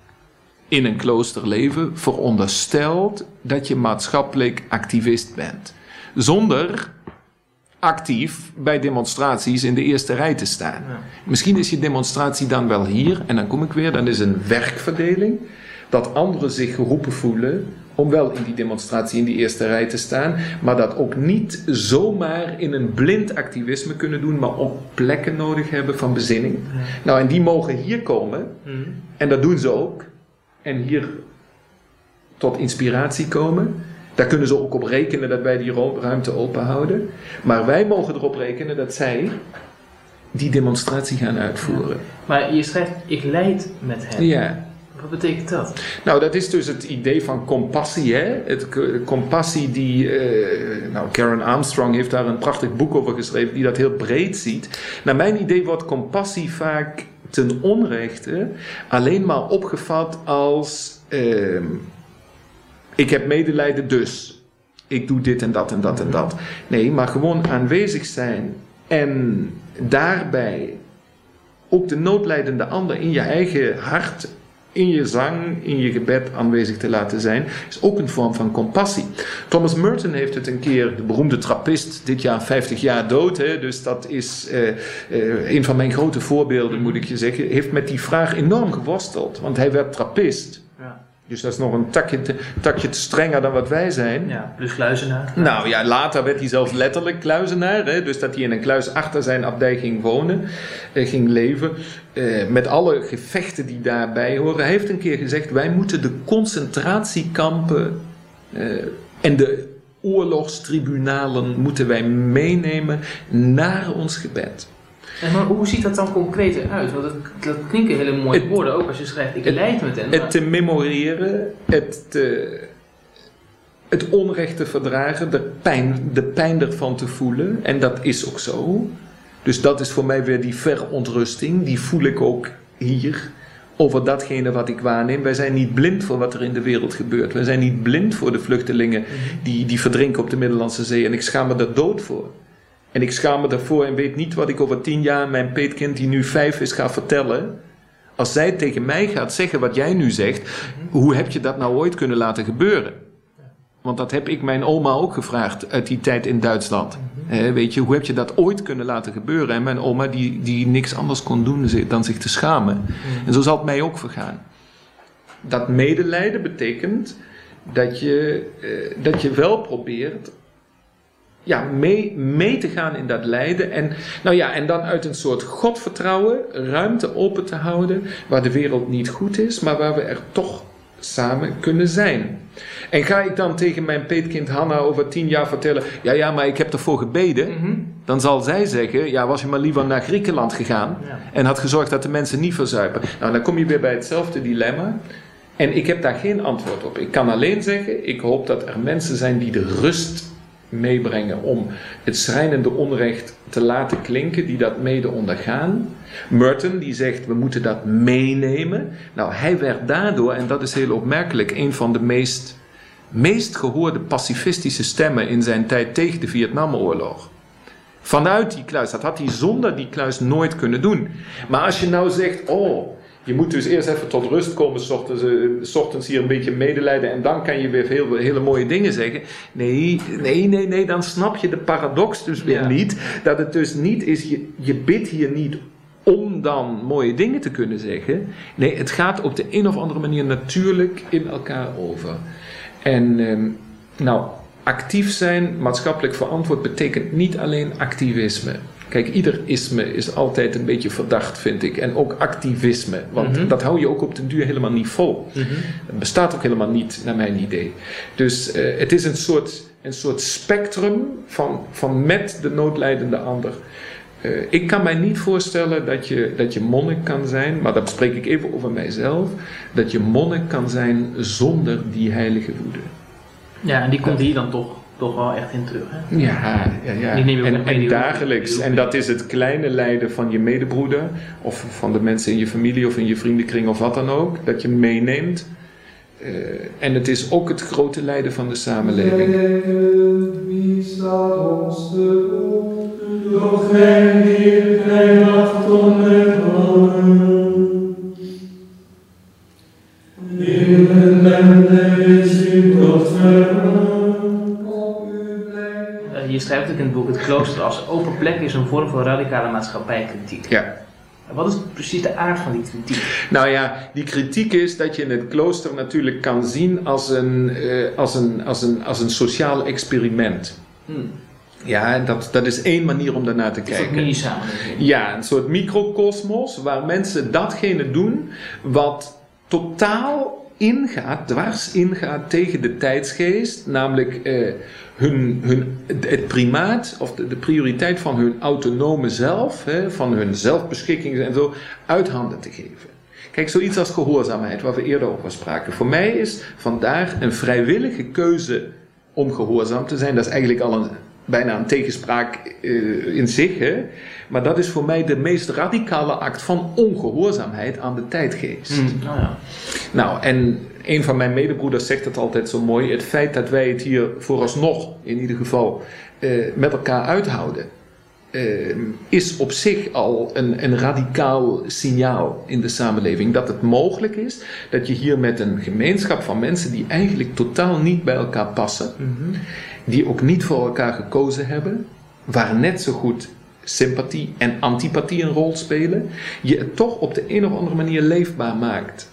in een klooster leven veronderstelt dat je maatschappelijk activist bent. Zonder actief bij demonstraties in de eerste rij te staan. Ja. Misschien is je demonstratie dan wel hier, en dan kom ik weer, dan is een werkverdeling, dat anderen zich geroepen voelen om wel in die demonstratie in die eerste rij te staan, maar dat ook niet zomaar in een blind activisme kunnen doen, maar ook plekken nodig hebben van bezinning. Ja. Nou, en die mogen hier komen, mm. en dat doen ze ook, en hier tot inspiratie komen. Daar kunnen ze ook op rekenen dat wij die ruimte open houden. Maar wij mogen erop rekenen dat zij die demonstratie gaan uitvoeren. Ja. Maar je schrijft, ik leid met hen. Ja. Wat betekent dat? Nou, dat is dus het idee van compassie. Hè? Het, compassie die... Uh, nou, Karen Armstrong heeft daar een prachtig boek over geschreven die dat heel breed ziet. Naar mijn idee wordt compassie vaak ten onrechte alleen maar opgevat als... Uh, ik heb medelijden dus. Ik doe dit en dat en dat en dat. Nee, maar gewoon aanwezig zijn en daarbij ook de noodlijdende ander in je eigen hart, in je zang, in je gebed aanwezig te laten zijn, is ook een vorm van compassie. Thomas Merton heeft het een keer, de beroemde trappist, dit jaar vijftig jaar dood, hè, dus dat is uh, uh, een van mijn grote voorbeelden, moet ik je zeggen, heeft met die vraag enorm geworsteld, want hij werd trappist. Ja. Dus dat is nog een takje te, takje te strenger dan wat wij zijn. Ja, plus kluizenaar. Nou ja, later werd hij zelfs letterlijk kluizenaar. Hè? Dus dat hij in een kluis achter zijn abdij ging wonen, eh, ging leven. Eh, met alle gevechten die daarbij horen. Hij heeft een keer gezegd, wij moeten de concentratiekampen eh, en de oorlogstribunalen moeten wij meenemen naar ons gebed. En maar hoe ziet dat dan concreet uit? Want dat, dat klinken hele mooie het, woorden, ook als je schrijft, ik leid met hen. Het te memoreren, het, te, het onrecht te verdragen, de pijn, de pijn ervan te voelen. En dat is ook zo. Dus dat is voor mij weer die verontrusting, die voel ik ook hier over datgene wat ik waarneem. Wij zijn niet blind voor wat er in de wereld gebeurt. Wij zijn niet blind voor de vluchtelingen die, die verdrinken op de Middellandse Zee. En ik schaam me daar dood voor. En ik schaam me daarvoor en weet niet wat ik over tien jaar mijn peetkind die nu vijf is ga vertellen. Als zij tegen mij gaat zeggen wat jij nu zegt, mm-hmm. hoe heb je dat nou ooit kunnen laten gebeuren? Want dat heb ik mijn oma ook gevraagd uit die tijd in Duitsland. Mm-hmm. Eh, weet je, hoe heb je dat ooit kunnen laten gebeuren? En mijn oma die, die niks anders kon doen dan zich te schamen. Mm-hmm. En zo zal het mij ook vergaan. Dat medelijden betekent dat je, eh, dat je wel probeert... Ja, mee, mee te gaan in dat lijden. En, nou ja, en dan uit een soort godvertrouwen ruimte open te houden waar de wereld niet goed is, maar waar we er toch samen kunnen zijn. En ga ik dan tegen mijn peetkind Hanna over tien jaar vertellen, ja ja, maar ik heb ervoor gebeden, mm-hmm. dan zal zij zeggen, ja, was je maar liever naar Griekenland gegaan ja. en had gezorgd dat de mensen niet verzuipen. Nou, dan kom je weer bij hetzelfde dilemma. En ik heb daar geen antwoord op. Ik kan alleen zeggen, ik hoop dat er mensen zijn die de rust meebrengen om het schrijnende onrecht te laten klinken, die dat mede ondergaan. Merton die zegt, we moeten dat meenemen. Nou, hij werd daardoor, en dat is heel opmerkelijk, een van de meest, meest gehoorde pacifistische stemmen in zijn tijd tegen de Vietnamoorlog. Vanuit die kluis, dat had hij zonder die kluis nooit kunnen doen. Maar als je nou zegt, oh, je moet dus eerst even tot rust komen, 's ochtends, uh, 's ochtends hier een beetje medelijden en dan kan je weer heel, hele mooie dingen zeggen. Nee, nee, nee, nee, dan snap je de paradox dus weer ja. niet. Dat het dus niet is, je, je bidt hier niet om dan mooie dingen te kunnen zeggen. Nee, het gaat op de een of andere manier natuurlijk in elkaar over. En um, nou, actief zijn, maatschappelijk verantwoord, betekent niet alleen activisme. Kijk, ieder isme is altijd een beetje verdacht, vind ik. En ook activisme. Want mm-hmm. dat hou je ook op den duur helemaal niet vol. Mm-hmm. Dat bestaat ook helemaal niet, naar mijn idee. Dus uh, het is een soort, een soort spectrum van, van met de noodlijdende ander. Uh, ik kan mij niet voorstellen dat je, dat je monnik kan zijn, maar dat spreek ik even over mijzelf, dat je monnik kan zijn zonder die heilige woede. Ja, en die komt hier dan toch, toch wel echt in terug, hè? Ja, ja, ja. Die neem je en, ook en dagelijks. En dat is het kleine lijden van je medebroeder, of van de mensen in je familie of in je vriendenkring of wat dan ook, dat je meeneemt. Uh, en het is ook het grote lijden van de samenleving. Wie staat ons te doch geen hier, geen nacht om het houden. In het lente is u tot verlang. Je schrijft ook in het boek, het klooster als open plek is een vorm van radicale maatschappijkritiek. Ja. Wat is precies de aard van die kritiek? Nou ja, die kritiek is dat je in het klooster natuurlijk kan zien als een, uh, als een, als een, als een sociaal experiment. Hmm. Ja, dat, dat is één manier om daarnaar te kijken. Een soort mini-samenleving. Ja, een soort microcosmos waar mensen datgene doen wat totaal ingaat, dwars ingaat tegen de tijdsgeest, namelijk uh, hun, hun, het primaat of de, de prioriteit van hun autonome zelf, hè, van hun zelfbeschikking en zo, uit handen te geven. Kijk, zoiets als gehoorzaamheid, waar we eerder over spraken. Voor mij is vandaag een vrijwillige keuze om gehoorzaam te zijn, dat is eigenlijk al een, bijna een tegenspraak uh, in zich, hè? Maar dat is voor mij de meest radicale act van ongehoorzaamheid aan de tijdgeest. Mm, oh ja. Nou, en een van mijn medebroeders zegt het altijd zo mooi, het feit dat wij het hier vooralsnog, in ieder geval, uh, met elkaar uithouden, uh, is op zich al een, een radicaal signaal in de samenleving. Dat het mogelijk is dat je hier met een gemeenschap van mensen die eigenlijk totaal niet bij elkaar passen, mm-hmm. die ook niet voor elkaar gekozen hebben, waar net zo goed sympathie en antipathie een rol spelen, je het toch op de een of andere manier leefbaar maakt.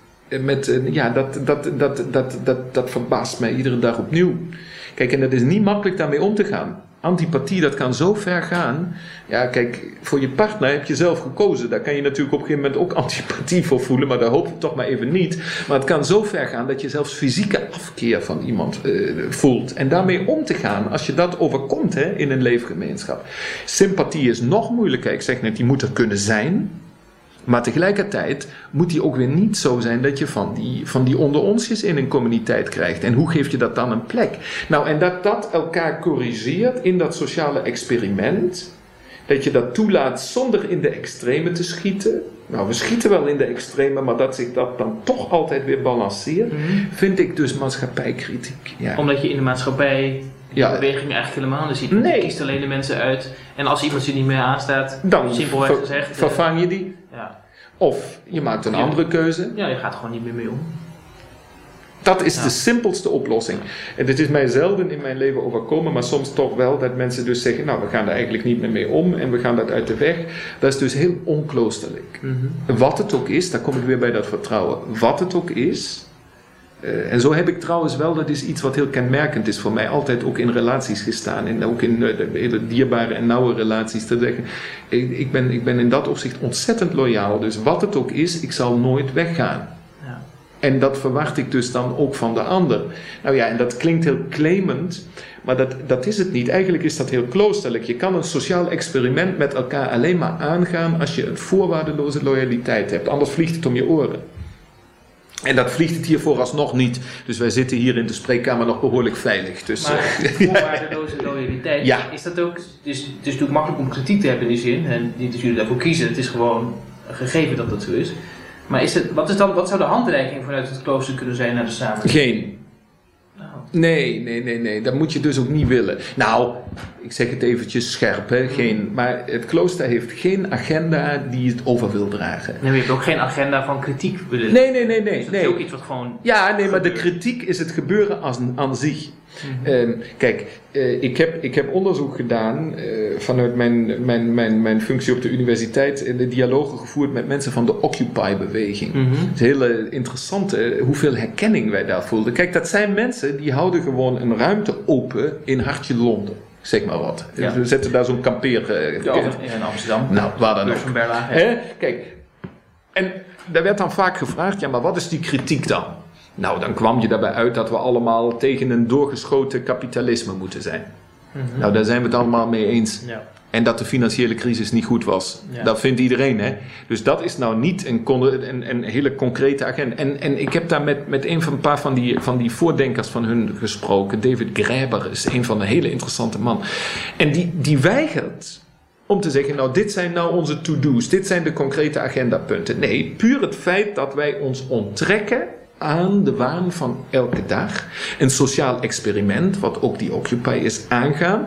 Met, ja, dat, dat, dat, dat, dat, dat verbaast mij iedere dag opnieuw. Kijk, en dat is niet makkelijk daarmee om te gaan. Antipathie, dat kan zo ver gaan. Ja, kijk, voor je partner heb je zelf gekozen. Daar kan je natuurlijk op een gegeven moment ook antipathie voor voelen, maar daar hoop ik toch maar even niet. Maar het kan zo ver gaan dat je zelfs fysieke afkeer van iemand uh, voelt. En daarmee om te gaan, als je dat overkomt hè, in een leefgemeenschap. Sympathie is nog moeilijker. Ik zeg net, die moet er kunnen zijn. Maar tegelijkertijd moet die ook weer niet zo zijn dat je van die, van die onder onsjes in een communiteit krijgt. En hoe geef je dat dan een plek? Nou, en dat dat elkaar corrigeert in dat sociale experiment. Dat je dat toelaat zonder in de extreme te schieten. Nou, we schieten wel in de extreme, maar dat zich dat dan toch altijd weer balanceert. Mm-hmm. Vind ik dus maatschappijkritiek. Ja. Omdat je in de maatschappij... Die ja. beweging eigenlijk helemaal niet ziet. Nee. Je kiest alleen de mensen uit. En als iemand ze niet meer aanstaat, dan simpelweg ver, gezegd... vervang je die. Ja. Of je maakt een ja. andere keuze. Ja, je gaat er gewoon niet meer mee om. Dat is ja. de simpelste oplossing. En dit is mij zelden in mijn leven overkomen, maar soms toch wel dat mensen dus zeggen, nou, we gaan er eigenlijk niet meer mee om en we gaan dat uit de weg. Dat is dus heel onkloosterlijk. Mm-hmm. Wat het ook is, daar kom ik weer bij dat vertrouwen. Wat het ook is... Uh, en zo heb ik trouwens wel, dat is iets wat heel kenmerkend is voor mij, altijd ook in relaties gestaan. En ook in uh, de hele dierbare en nauwe relaties te zeggen. Ik, ik, ben, ik ben in dat opzicht ontzettend loyaal. Dus wat het ook is, ik zal nooit weggaan. Ja. En dat verwacht ik dus dan ook van de ander. Nou ja, en dat klinkt heel claimend, maar dat, dat is het niet. Eigenlijk is dat heel kloosterlijk. Je kan een sociaal experiment met elkaar alleen maar aangaan als je een voorwaardeloze loyaliteit hebt. Anders vliegt het om je oren. En dat vliegt het hier vooralsnog niet. Dus wij zitten hier in de spreekkamer nog behoorlijk veilig. Dus, maar voorwaardeloze loyaliteit, ja. Is dat ook... Het is, het is natuurlijk makkelijk om kritiek te hebben in die zin. En niet dat jullie daarvoor kiezen. Het is gewoon een gegeven dat dat zo is. Maar is het, wat, is dan, wat zou de handreiking vanuit het klooster kunnen zijn naar de samenleving? Geen. Oh. Nee, nee, nee, nee. Dat moet je dus ook niet willen. Nou, ik zeg het eventjes scherp, hè. Geen, maar het klooster heeft geen agenda die het over wil dragen. Nee, maar je hebt ook geen agenda van kritiek willen. Nee, nee, nee, nee. Dus dat nee. is ook iets wat gewoon... Ja, nee, gebeurt. maar de kritiek is het gebeuren als, aan zich. Mm-hmm. Uh, kijk, uh, ik, heb, ik heb onderzoek gedaan uh, vanuit mijn, mijn, mijn, mijn functie op de universiteit in de dialogen gevoerd met mensen van de Occupy-beweging. Mm-hmm. Het is heel interessant uh, hoeveel herkenning wij daar voelden. Kijk, dat zijn mensen die houden gewoon een ruimte open in hartje Londen. Zeg maar wat. Ja. We zetten daar zo'n kampeer... Uh, ja, in Amsterdam. Nou, waar dan ook. Hè? Kijk, en daar werd dan vaak gevraagd, ja, maar wat is die kritiek dan? Nou, dan kwam je daarbij uit dat we allemaal tegen een doorgeschoten kapitalisme moeten zijn. Mm-hmm. Nou, daar zijn we het allemaal mee eens. Ja. En dat de financiële crisis niet goed was. Ja. Dat vindt iedereen, hè. Dus dat is nou niet een, een, een hele concrete agenda. En, en ik heb daar met, met een van een paar van die, van die voordenkers van hun gesproken. David Graeber is een van de hele interessante man. En die, die weigert om te zeggen, nou, dit zijn nou onze to-do's. Dit zijn de concrete agendapunten. Nee, puur het feit dat wij ons onttrekken aan de waan van elke dag. Een sociaal experiment, wat ook die Occupy is aangaan,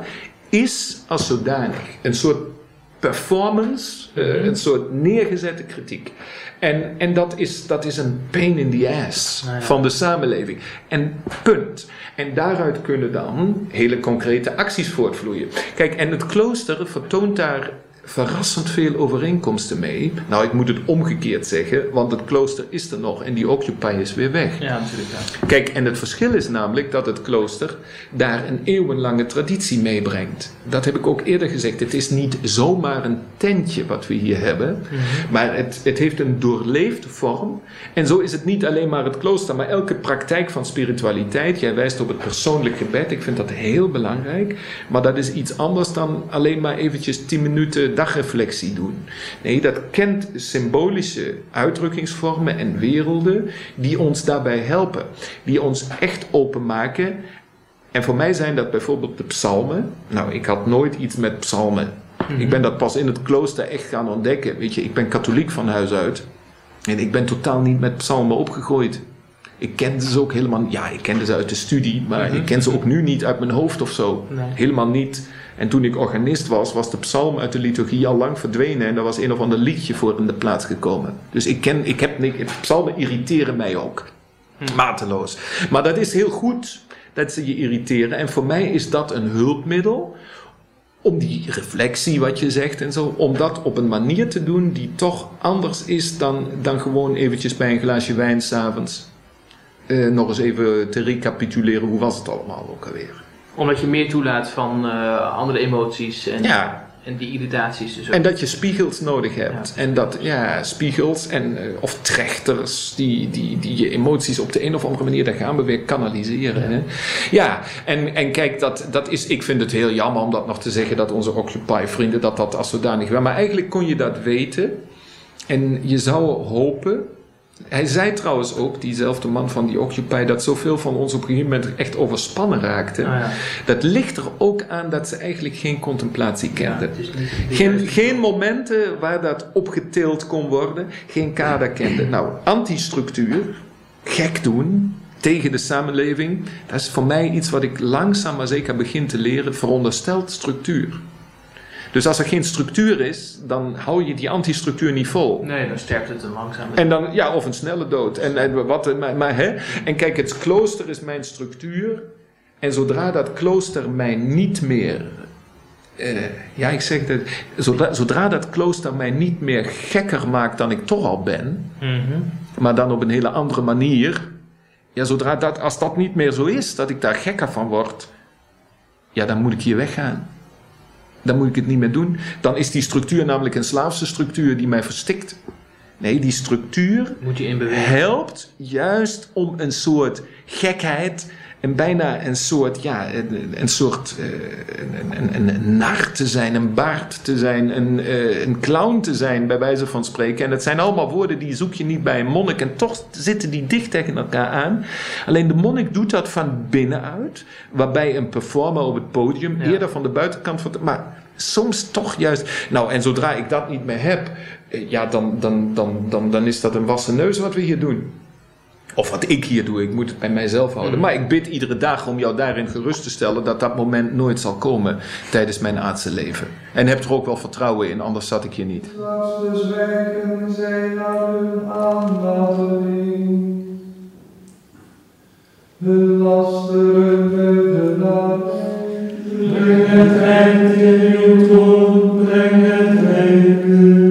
is als zodanig een soort performance, uh, een soort neergezette kritiek. En, en dat, is, dat is een pain in the ass nou ja. van de samenleving. En punt. En daaruit kunnen dan hele concrete acties voortvloeien. Kijk, en het klooster vertoont daar verrassend veel overeenkomsten mee. Nou, ik moet het omgekeerd zeggen, want het klooster is er nog en die Occupy is weer weg. Ja, natuurlijk. Ja. Kijk, en het verschil is namelijk dat het klooster daar een eeuwenlange traditie meebrengt. Dat heb ik ook eerder gezegd. Het is niet zomaar een tentje wat we hier hebben, mm-hmm. maar het, het heeft een doorleefde vorm. En zo is het niet alleen maar het klooster, maar elke praktijk van spiritualiteit. Jij wijst op het persoonlijk gebed. Ik vind dat heel belangrijk. Maar dat is iets anders dan alleen maar eventjes tien minuten dagreflectie doen. Nee, dat kent symbolische uitdrukkingsvormen en werelden die ons daarbij helpen. Die ons echt openmaken. En voor mij zijn dat bijvoorbeeld de psalmen. Nou, ik had nooit iets met psalmen. Mm-hmm. Ik ben dat pas in het klooster echt gaan ontdekken. Weet je, ik ben katholiek van huis uit. En ik ben totaal niet met psalmen opgegroeid. Ik kende ze ook helemaal... Ja, ik kende ze uit de studie, maar mm-hmm. ik ken ze ook nu niet uit mijn hoofd of zo. Nee. Helemaal niet. En toen ik organist was, was de psalm uit de liturgie al lang verdwenen. En er was een of ander liedje voor in de plaats gekomen. Dus ik ken... Ik heb niet, psalmen irriteren mij ook. Mm. Mateloos. Maar dat is heel goed dat ze je irriteren. En voor mij is dat een hulpmiddel om die reflectie, wat je zegt en zo, om dat op een manier te doen die toch anders is dan, dan gewoon eventjes bij een glaasje wijn 's avonds uh, nog eens even te recapituleren, hoe was het allemaal ook alweer. Omdat je meer toelaat van uh, andere emoties en, ja. en die irritaties. Dus ook. En dat je spiegels nodig hebt. Ja. En dat, ja, spiegels en, uh, of trechters die, die, die je emoties op de een of andere manier, daar gaan we weer kanaliseren. Ja, hè? Ja. En, en kijk, dat, dat is, ik vind het heel jammer om dat nog te zeggen, dat onze Occupy-vrienden dat dat als zodanig wel. Maar eigenlijk kon je dat weten. En je zou hopen. Hij zei trouwens ook, diezelfde man van die Occupy, dat zoveel van ons op een gegeven moment echt overspannen raakten. Oh ja. Dat ligt er ook aan dat ze eigenlijk geen contemplatie kenden. Ja, niet, geen, geen momenten waar dat opgetild kon worden, geen kader kenden. Nou, antistructuur, gek doen, tegen de samenleving, dat is voor mij iets wat ik langzaam maar zeker begin te leren, veronderstelt structuur. Dus als er geen structuur is, dan hou je die antistructuur niet vol. Nee, dan sterft het een langzame. En dan, ja, of een snelle dood. En, en, wat, maar, maar, hè? En kijk, het klooster is mijn structuur. En zodra dat klooster mij niet meer... Uh, ja, ik zeg dat... Zodra, zodra dat klooster mij niet meer gekker maakt dan ik toch al ben... Mm-hmm. Maar dan op een hele andere manier... Ja, zodra dat... Als dat niet meer zo is, dat ik daar gekker van word... Ja, dan moet ik hier weggaan. Dan moet ik het niet meer doen. Dan is die structuur namelijk een slaafse structuur die mij verstikt. Nee, die structuur Moet je in beweging. helpt juist om een soort gekheid en bijna een soort, ja, een, een soort, uh, een, een, een nar te zijn, een baard te zijn, een, uh, een clown te zijn, bij wijze van spreken. En het zijn allemaal woorden die zoek je niet bij een monnik en toch zitten die dicht tegen elkaar aan. Alleen de monnik doet dat van binnenuit, waarbij een performer op het podium Ja. eerder van de buitenkant van, maar soms toch juist, nou en zodra ik dat niet meer heb, uh, ja, dan, dan, dan, dan, dan is dat een wassen neus wat we hier doen. Of wat ik hier doe, ik moet het bij mijzelf houden. Mm. Maar ik bid iedere dag om jou daarin gerust te stellen dat dat moment nooit zal komen tijdens mijn aardse leven. En heb er ook wel vertrouwen in, anders zat ik hier niet. Straks bezwijken zij naar hun aanlating. Hun lasteren de nacht. Breng het eind in uw toon, breng het eind in.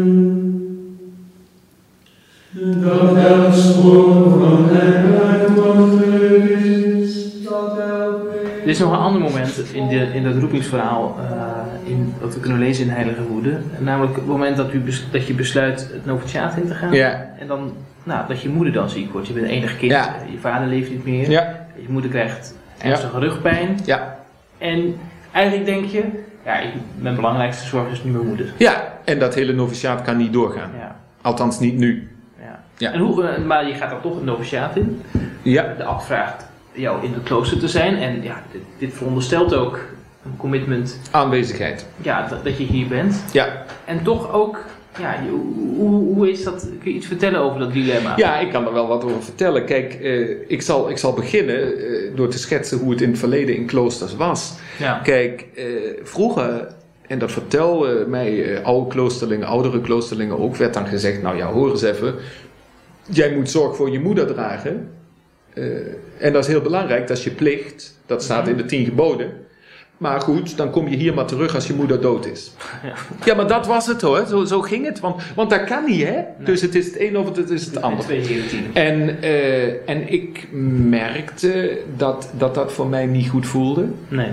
Dat elk spoor van hem uit wordt gewist. Dat elk Er is nog een ander moment in, de, in dat roepingsverhaal uh, in, dat we kunnen lezen in Heilige Woede. Namelijk het moment dat, u bes, dat je besluit het noviciaat in te gaan. Ja. En dan nou, dat je moeder dan ziek wordt. Je bent enig kind, Ja. je vader leeft niet meer. Ja, Je moeder krijgt ernstige rugpijn. ja, En eigenlijk denk je, ja, ik, mijn belangrijkste zorg is nu mijn moeder. ja. En dat hele noviciaat kan niet doorgaan. Ja. Althans niet nu. Ja. Ja. En hoe, uh, maar je gaat dan toch het noviciaat in. Ja, De abt vraagt jou in het klooster te zijn. En ja, dit, dit veronderstelt ook een commitment, aanwezigheid. ja, dat, dat je hier bent. Ja. En toch ook, ja, je- hoe, hoe is dat? Kun je iets vertellen over dat dilemma? Ja, ik kan er wel wat over vertellen. Kijk, eh, ik, zal, ik zal beginnen eh, door te schetsen hoe het in het verleden in kloosters was. Ja. Kijk, eh, vroeger, en dat vertelden mij eh, oude kloosterlingen, oudere kloosterlingen ook, werd dan gezegd, nou ja, hoor eens even, jij moet zorg voor je moeder dragen. Uh, en dat is heel belangrijk, dat is je plicht, dat staat in de tien geboden. Maar goed, dan kom je hier maar terug als je moeder dood is. Ja. Ja, maar dat was het hoor, zo, zo ging het, want, want dat kan niet hè. Nee. Dus het is het een of het is het ander. Twee guillotine. En, uh, en ik merkte dat, dat dat voor mij niet goed voelde. Nee.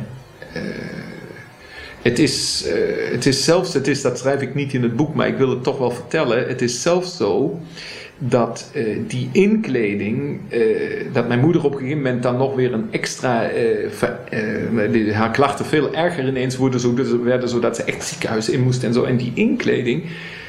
Het is, uh, het is zelfs, het is, dat schrijf ik niet in het boek, maar ik wil het toch wel vertellen. Het is zelfs zo dat uh, die inkleding, uh, dat mijn moeder op een gegeven moment dan nog weer een extra, uh, ver, uh, die, haar klachten veel erger ineens worden, zodat, werden, zodat ze echt ziekenhuis in moest en zo. En die inkleding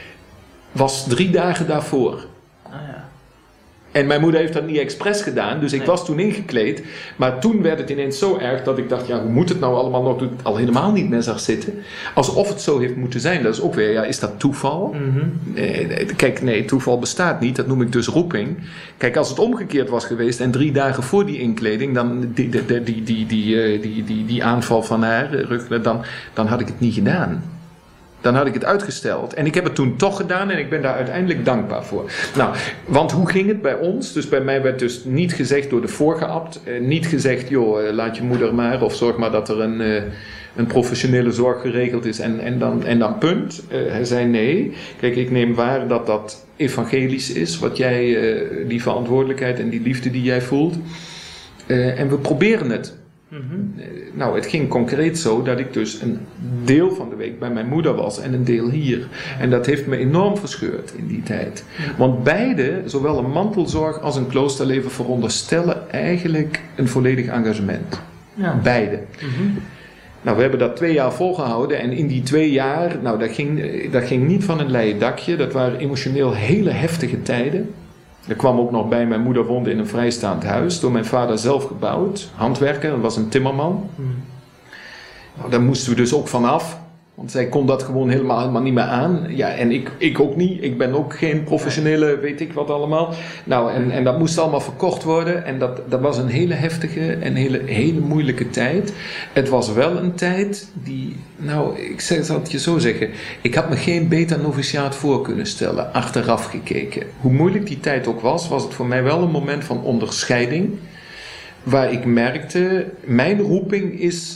was drie dagen daarvoor. Ah, ja. En mijn moeder heeft dat niet expres gedaan, dus ik Nee. was toen ingekleed. Maar toen werd het ineens zo erg dat ik dacht, ja, hoe moet het nou allemaal nog? Toen ik al helemaal niet meer zag zitten. Alsof het zo heeft moeten zijn. Dat is ook weer, ja, is dat toeval? Mm-hmm. Nee, nee, kijk, nee, toeval bestaat niet. Dat noem ik dus roeping. Kijk, als het omgekeerd was geweest en drie dagen voor die inkleding, dan die, die, die, die, die, die, die, die, die aanval van haar rug, dan, dan had ik het niet gedaan. Dan had ik het uitgesteld. En ik heb het toen toch gedaan en ik ben daar uiteindelijk dankbaar voor. Nou, want hoe ging het bij ons? Dus bij mij werd dus niet gezegd door de vorige abt, eh, niet gezegd, joh, eh, laat je moeder maar, of zorg maar dat er een, eh, een professionele zorg geregeld is en, en, dan, en dan punt. Uh, hij zei nee. Kijk, ik neem waar dat dat evangelisch is, wat jij, uh, die verantwoordelijkheid en die liefde die jij voelt. Uh, en we proberen het. Mm-hmm. Nou, het ging concreet zo dat ik dus een deel van de week bij mijn moeder was en een deel hier. En dat heeft me enorm verscheurd in die tijd. Want beide, zowel een mantelzorg als een kloosterleven, veronderstellen eigenlijk een volledig engagement. Ja. Beide. Mm-hmm. Nou, we hebben dat twee jaar volgehouden en in die twee jaar, nou, dat ging, dat ging niet van een leien dakje. Dat waren emotioneel hele heftige tijden. Er kwam ook nog bij, mijn moeder woonde in een vrijstaand huis, door mijn vader zelf gebouwd, handwerker, dat was een timmerman. Mm. Nou, daar moesten we dus ook vanaf, want zij kon dat gewoon helemaal, helemaal niet meer aan. Ja, en ik, ik ook niet, ik ben ook geen professionele, weet ik wat allemaal. Nou, en, en dat moest allemaal verkocht worden en dat, dat was een hele heftige en hele, hele moeilijke tijd. Het was wel een tijd die, nou, ik zal het je zo zeggen, ik had me geen beter noviciaat voor kunnen stellen, achteraf gekeken. Hoe moeilijk die tijd ook was, was het voor mij wel een moment van onderscheiding, waar ik merkte, mijn roeping is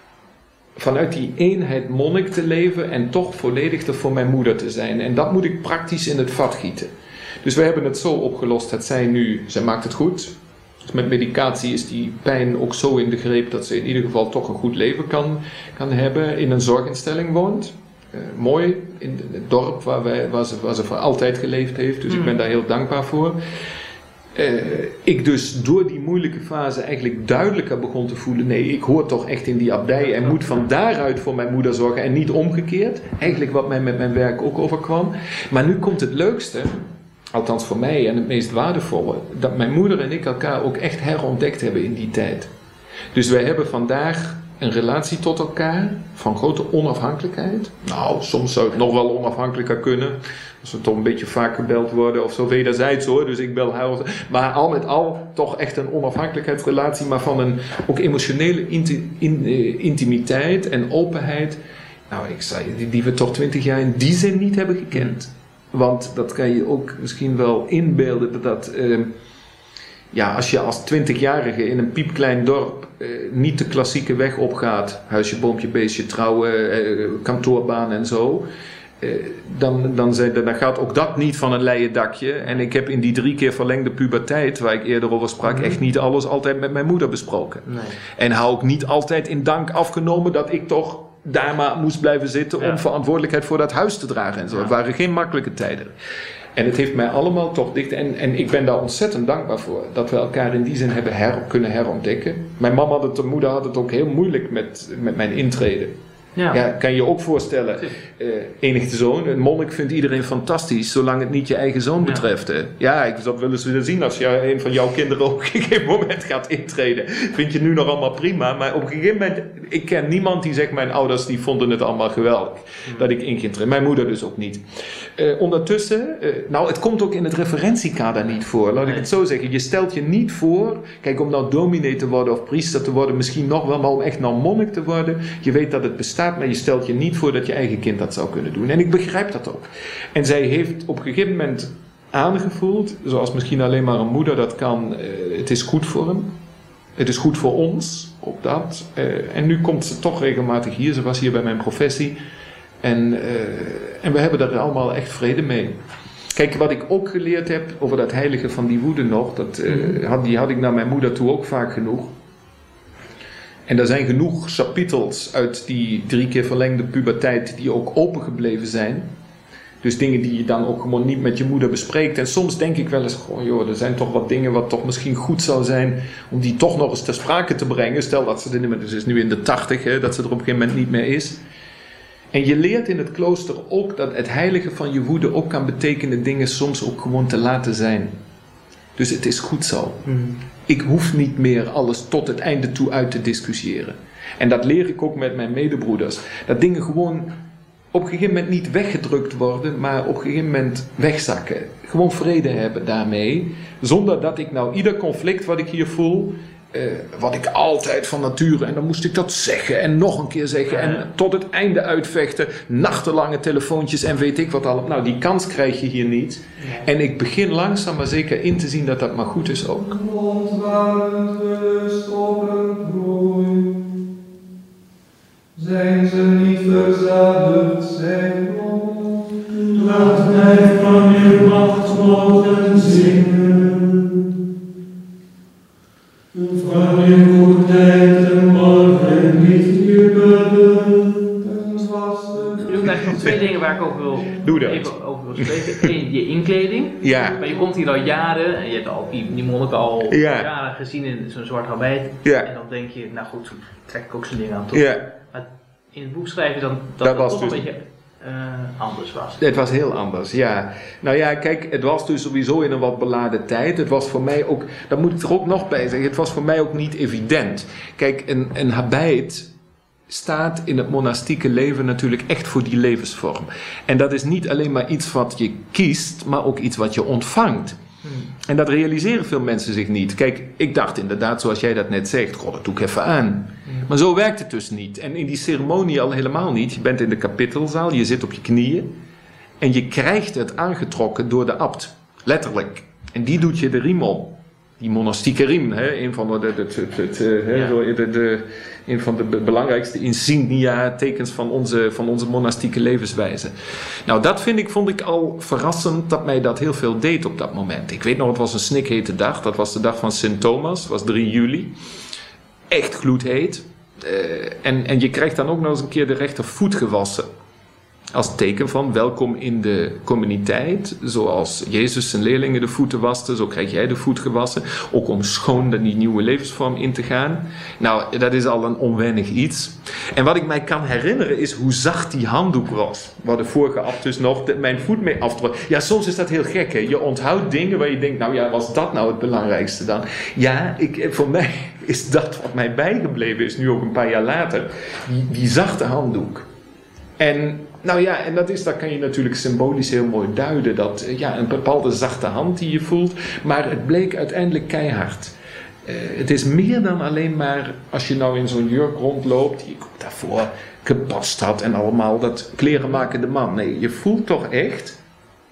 vanuit die eenheid monnik te leven en toch volledig er voor mijn moeder te zijn. En dat moet ik praktisch in het vat gieten. Dus we hebben het zo opgelost dat zij nu, zij maakt het goed. Dus met medicatie is die pijn ook zo in de greep dat ze in ieder geval toch een goed leven kan, kan hebben. In een zorginstelling woont. Uh, mooi, in het dorp waar, wij, waar, ze, waar ze voor altijd geleefd heeft. Dus mm. ik ben daar heel dankbaar voor. Uh, ik dus door die moeilijke fase eigenlijk duidelijker begon te voelen, nee, ik hoor toch echt in die abdij en moet van daaruit voor mijn moeder zorgen en niet omgekeerd. Eigenlijk wat mij met mijn werk ook overkwam. Maar nu komt het leukste, althans voor mij en het meest waardevolle, dat mijn moeder en ik elkaar ook echt herontdekt hebben in die tijd. Dus wij hebben vandaag een relatie tot elkaar van grote onafhankelijkheid. Nou, soms zou het nog wel onafhankelijker kunnen. Als we toch een beetje vaak gebeld worden of zo, wederzijds hoor. Dus ik bel haar. Maar al met al toch echt een onafhankelijkheidsrelatie, maar van een ook emotionele inti- in, uh, intimiteit en openheid. Nou, ik zei, die, die we toch twintig jaar in die zin niet hebben gekend. Want dat kan je ook misschien wel inbeelden dat dat... Uh, Ja, als je als twintigjarige in een piepklein dorp eh, niet de klassieke weg opgaat, huisje, boompje, beestje, trouwen, eh, kantoorbaan en zo, eh, dan, dan, zei, dan gaat ook dat niet van een leien dakje. En ik heb in die drie keer verlengde puberteit, waar ik eerder over sprak, mm-hmm. echt niet alles altijd met mijn moeder besproken. Nee. En hou ook niet altijd in dank afgenomen dat ik toch daar maar moest blijven zitten ja. om verantwoordelijkheid voor dat huis te dragen en zo. Ja. Het waren geen makkelijke tijden. En het heeft mij allemaal toch dicht... En, en ik ben daar ontzettend dankbaar voor. Dat we elkaar in die zin hebben her, kunnen herontdekken. Mijn mama had het, de moeder had het ook heel moeilijk met, met mijn intreden. Ja. Ja, kan je je ook voorstellen. Uh, enigste zoon, een monnik vindt iedereen fantastisch, zolang het niet je eigen zoon betreft. Hè. Ja, ik zou wel eens willen zien als je een van jouw kinderen op een gegeven moment gaat intreden. Vind je nu nog allemaal prima, maar op een gegeven moment, ik ken niemand die zegt, mijn ouders die vonden het allemaal geweldig. Hmm. Dat ik in ging treden. Mijn moeder dus ook niet. Uh, ondertussen, uh, nou het komt ook in het referentiekader niet voor, laat ik het zo zeggen. Je stelt je niet voor, kijk om nou dominee te worden of priester te worden, misschien nog wel, maar om echt nou monnik te worden, je weet dat het bestaat. Maar je stelt je niet voor dat je eigen kind dat zou kunnen doen. En ik begrijp dat ook. En zij heeft op een gegeven moment aangevoeld, zoals misschien alleen maar een moeder dat kan, uh, het is goed voor hem. Het is goed voor ons, ook dat. Uh, en nu komt ze toch regelmatig hier. Ze was hier bij mijn professie. En, uh, en we hebben daar allemaal echt vrede mee. Kijk, wat ik ook geleerd heb over dat heilige van die woede nog, dat, uh, had, die had ik naar mijn moeder toe ook vaak genoeg. En er zijn genoeg kapitels uit die drie keer verlengde puberteit die ook open gebleven zijn. Dus dingen die je dan ook gewoon niet met je moeder bespreekt. En soms denk ik wel eens, goh, joh, er zijn toch wat dingen wat toch misschien goed zou zijn om die toch nog eens ter sprake te brengen. Stel dat ze, de, ze is nu in de tachtig, hè, dat ze er op een gegeven moment niet meer is. En je leert in het klooster ook dat het heilige van je woede ook kan betekenen dingen soms ook gewoon te laten zijn. Dus het is goed zo. Mm. Ik hoef niet meer alles tot het einde toe uit te discussiëren. En dat leer ik ook met mijn medebroeders. Dat dingen gewoon op een gegeven moment niet weggedrukt worden, maar op een gegeven moment wegzakken. Gewoon vrede hebben daarmee. Zonder dat ik nou ieder conflict wat ik hier voel, uh, wat ik altijd van nature, en dan moest ik dat zeggen en nog een keer zeggen ja. en tot het einde uitvechten, nachtenlange telefoontjes en weet ik wat allemaal. Nou, die kans krijg je hier niet. Ja. En ik begin langzaam maar zeker in te zien dat dat maar goed is ook. Zijn ze niet verzadigd, zijn God. Laat mij van uw macht mogen zingen. Van uw goedheid de morgen niet jubelen. Nu krijg ik nog twee dingen waar ik over wil, even over wil spreken. Eén, je inkleding. Ja. Maar je komt hier al jaren en je hebt al die, die monniken al ja. jaren gezien in zo'n zwart habit. Ja. En dan denk je, nou goed, trek ik ook zo'n ding aan toch? Ja. Maar in het boek schrijf je dan dat dat, dat toch dus een beetje uh, anders was. Het was heel anders, ja. Nou ja, kijk, het was dus sowieso in een wat beladen tijd. Het was voor mij ook, dat moet ik er ook nog bij zeggen, het was voor mij ook niet evident. Kijk, een, een habit staat in het monastieke leven natuurlijk echt voor die levensvorm. En dat is niet alleen maar iets wat je kiest, maar ook iets wat je ontvangt. Hmm. En dat realiseren veel mensen zich niet. Kijk, ik dacht inderdaad, zoals jij dat net zegt, god, dat doe ik even aan. Hmm. Maar zo werkt het dus niet. En in die ceremonie al helemaal niet. Je bent in de kapittelzaal, je zit op je knieën en je krijgt het aangetrokken door de abt. Letterlijk. En die doet je de riem om. Die monastieke riem, hè, een van de, de, de, de, de, ja. de, de, een van de belangrijkste insignia, tekens van onze, van onze monastieke levenswijze. Nou, dat vind ik, vond ik al verrassend dat mij dat heel veel deed op dat moment. Ik weet nog, het was een snikhete dag. Dat was de dag van Sint Thomas, was drie juli. Echt gloedheet. Uh, en, en je krijgt dan ook nog eens een keer de rechtervoet gewassen. Als teken van welkom in de communiteit. Zoals Jezus zijn leerlingen de voeten waste, zo krijg jij de voet gewassen. Ook om schoon die nieuwe levensvorm in te gaan. Nou, dat is al een onwennig iets. En wat ik mij kan herinneren is hoe zacht die handdoek was. Waar de vorige abt dus nog de, mijn voet mee afdrukte. Ja, soms is dat heel gek, hè. Je onthoudt dingen waar je denkt, nou ja, was dat nou het belangrijkste dan? Ja, ik, voor mij is dat wat mij bijgebleven is, nu ook een paar jaar later. Die, die zachte handdoek. En nou ja, en dat, is, dat kan je natuurlijk symbolisch heel mooi duiden. Dat, ja, een bepaalde zachte hand die je voelt. Maar het bleek uiteindelijk keihard. Uh, het is meer dan alleen maar als je nou in zo'n jurk rondloopt, die ik ook daarvoor gepast had en allemaal dat klerenmakende man. Nee, je voelt toch echt,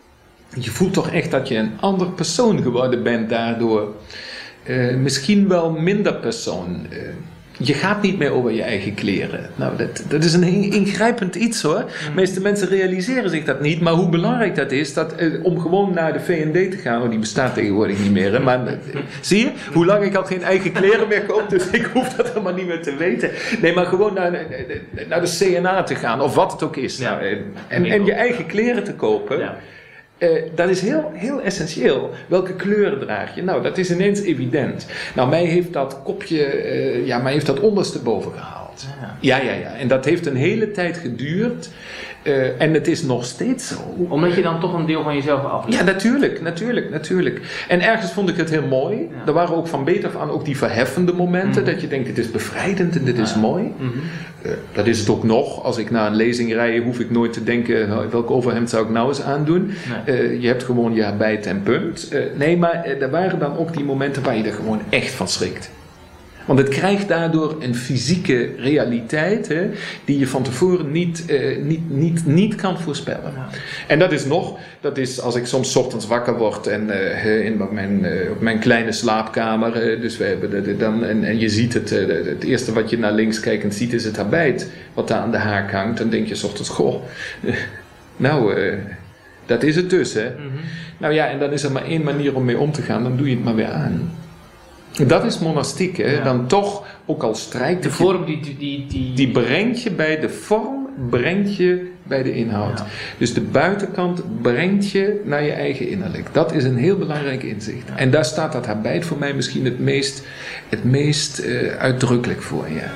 je voelt toch echt dat je een ander persoon geworden bent daardoor. Uh, misschien wel minder persoon. Uh, Je gaat niet meer over je eigen kleren. Nou, dat, dat is een ingrijpend iets hoor. De meeste mensen realiseren zich dat niet. Maar hoe belangrijk dat is, dat, eh, om gewoon naar de V en D te gaan. Oh, die bestaat tegenwoordig niet meer. Hè? Maar eh, zie je, hoe lang ik al geen eigen kleren meer koop. Dus ik hoef dat helemaal niet meer te weten. Nee, maar gewoon naar de, naar de C N A te gaan. Of wat het ook is. Ja. Nou, en, en je eigen kleren te kopen. Ja. Uh, dat is heel, heel essentieel. Welke kleuren draag je? Nou, dat is ineens evident. Nou, mij heeft dat kopje, uh, ja, mij heeft dat ondersteboven gehaald. Ja. ja, ja, ja. En dat heeft een hele tijd geduurd. Uh, en het is nog steeds zo. Omdat je dan toch een deel van jezelf aflegt. Ja, natuurlijk, natuurlijk, natuurlijk. En ergens vond ik het heel mooi. Ja. Er waren ook van beter af aan ook die verheffende momenten. Mm-hmm. Dat je denkt, dit is bevrijdend en dit ja. is mooi. Mm-hmm. Uh, dat is het ook nog. Als ik naar een lezing rij, hoef ik nooit te denken, welk overhemd zou ik nou eens aandoen. Nee. Uh, je hebt gewoon je habit en punt. Uh, nee, maar uh, er waren dan ook die momenten waar je er gewoon echt van schrikt. Want het krijgt daardoor een fysieke realiteit, hè, die je van tevoren niet, uh, niet, niet, niet kan voorspellen. Ja. En dat is nog, dat is als ik soms 's ochtends wakker word en uh, in mijn, uh, op mijn kleine slaapkamer, uh, dus we hebben de, de, dan, en, en je ziet het, uh, het eerste wat je naar links kijkend ziet is het habit wat daar aan de haak hangt. Dan denk je 's ochtends, goh, uh, nou, uh, dat is het dus. Hè. Mm-hmm. Nou ja, en dan is er maar één manier om mee om te gaan, dan doe je het maar weer aan. Dat is monastiek, hè? Ja. Dan toch, ook al strijkt de vorm die, die, die, die... die brengt je bij de vorm, brengt je bij de inhoud. Ja. Dus de buitenkant brengt je naar je eigen innerlijk. Dat is een heel belangrijk inzicht. Ja. En daar staat dat habit voor mij misschien het meest, het meest uh, uitdrukkelijk voor. Ja.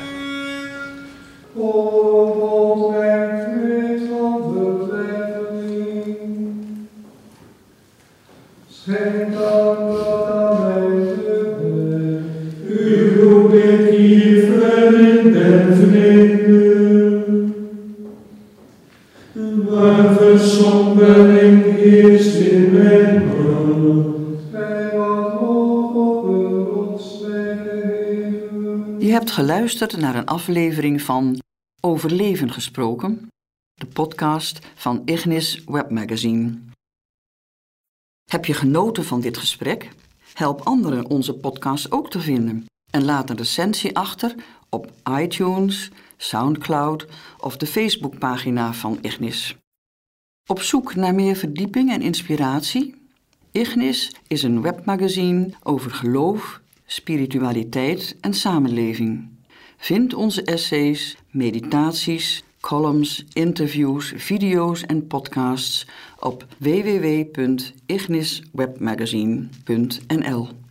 Oh, van de verheffing. Schenk dan dat aan mij. Maar versombering is in mijn hart. Bij wat hoog op een rots gegeven. Je hebt geluisterd naar een aflevering van Over Leven gesproken, de podcast van Ignis Webmagazine. Heb je genoten van dit gesprek? Help anderen onze podcast ook te vinden en laat een recensie achter op iTunes, Soundcloud of de Facebookpagina van Ignis. Op zoek naar meer verdieping en inspiratie? Ignis is een webmagazine over geloof, spiritualiteit en samenleving. Vind onze essays, meditaties, columns, interviews, video's en podcasts op w w w punt ignis webmagazine punt n l.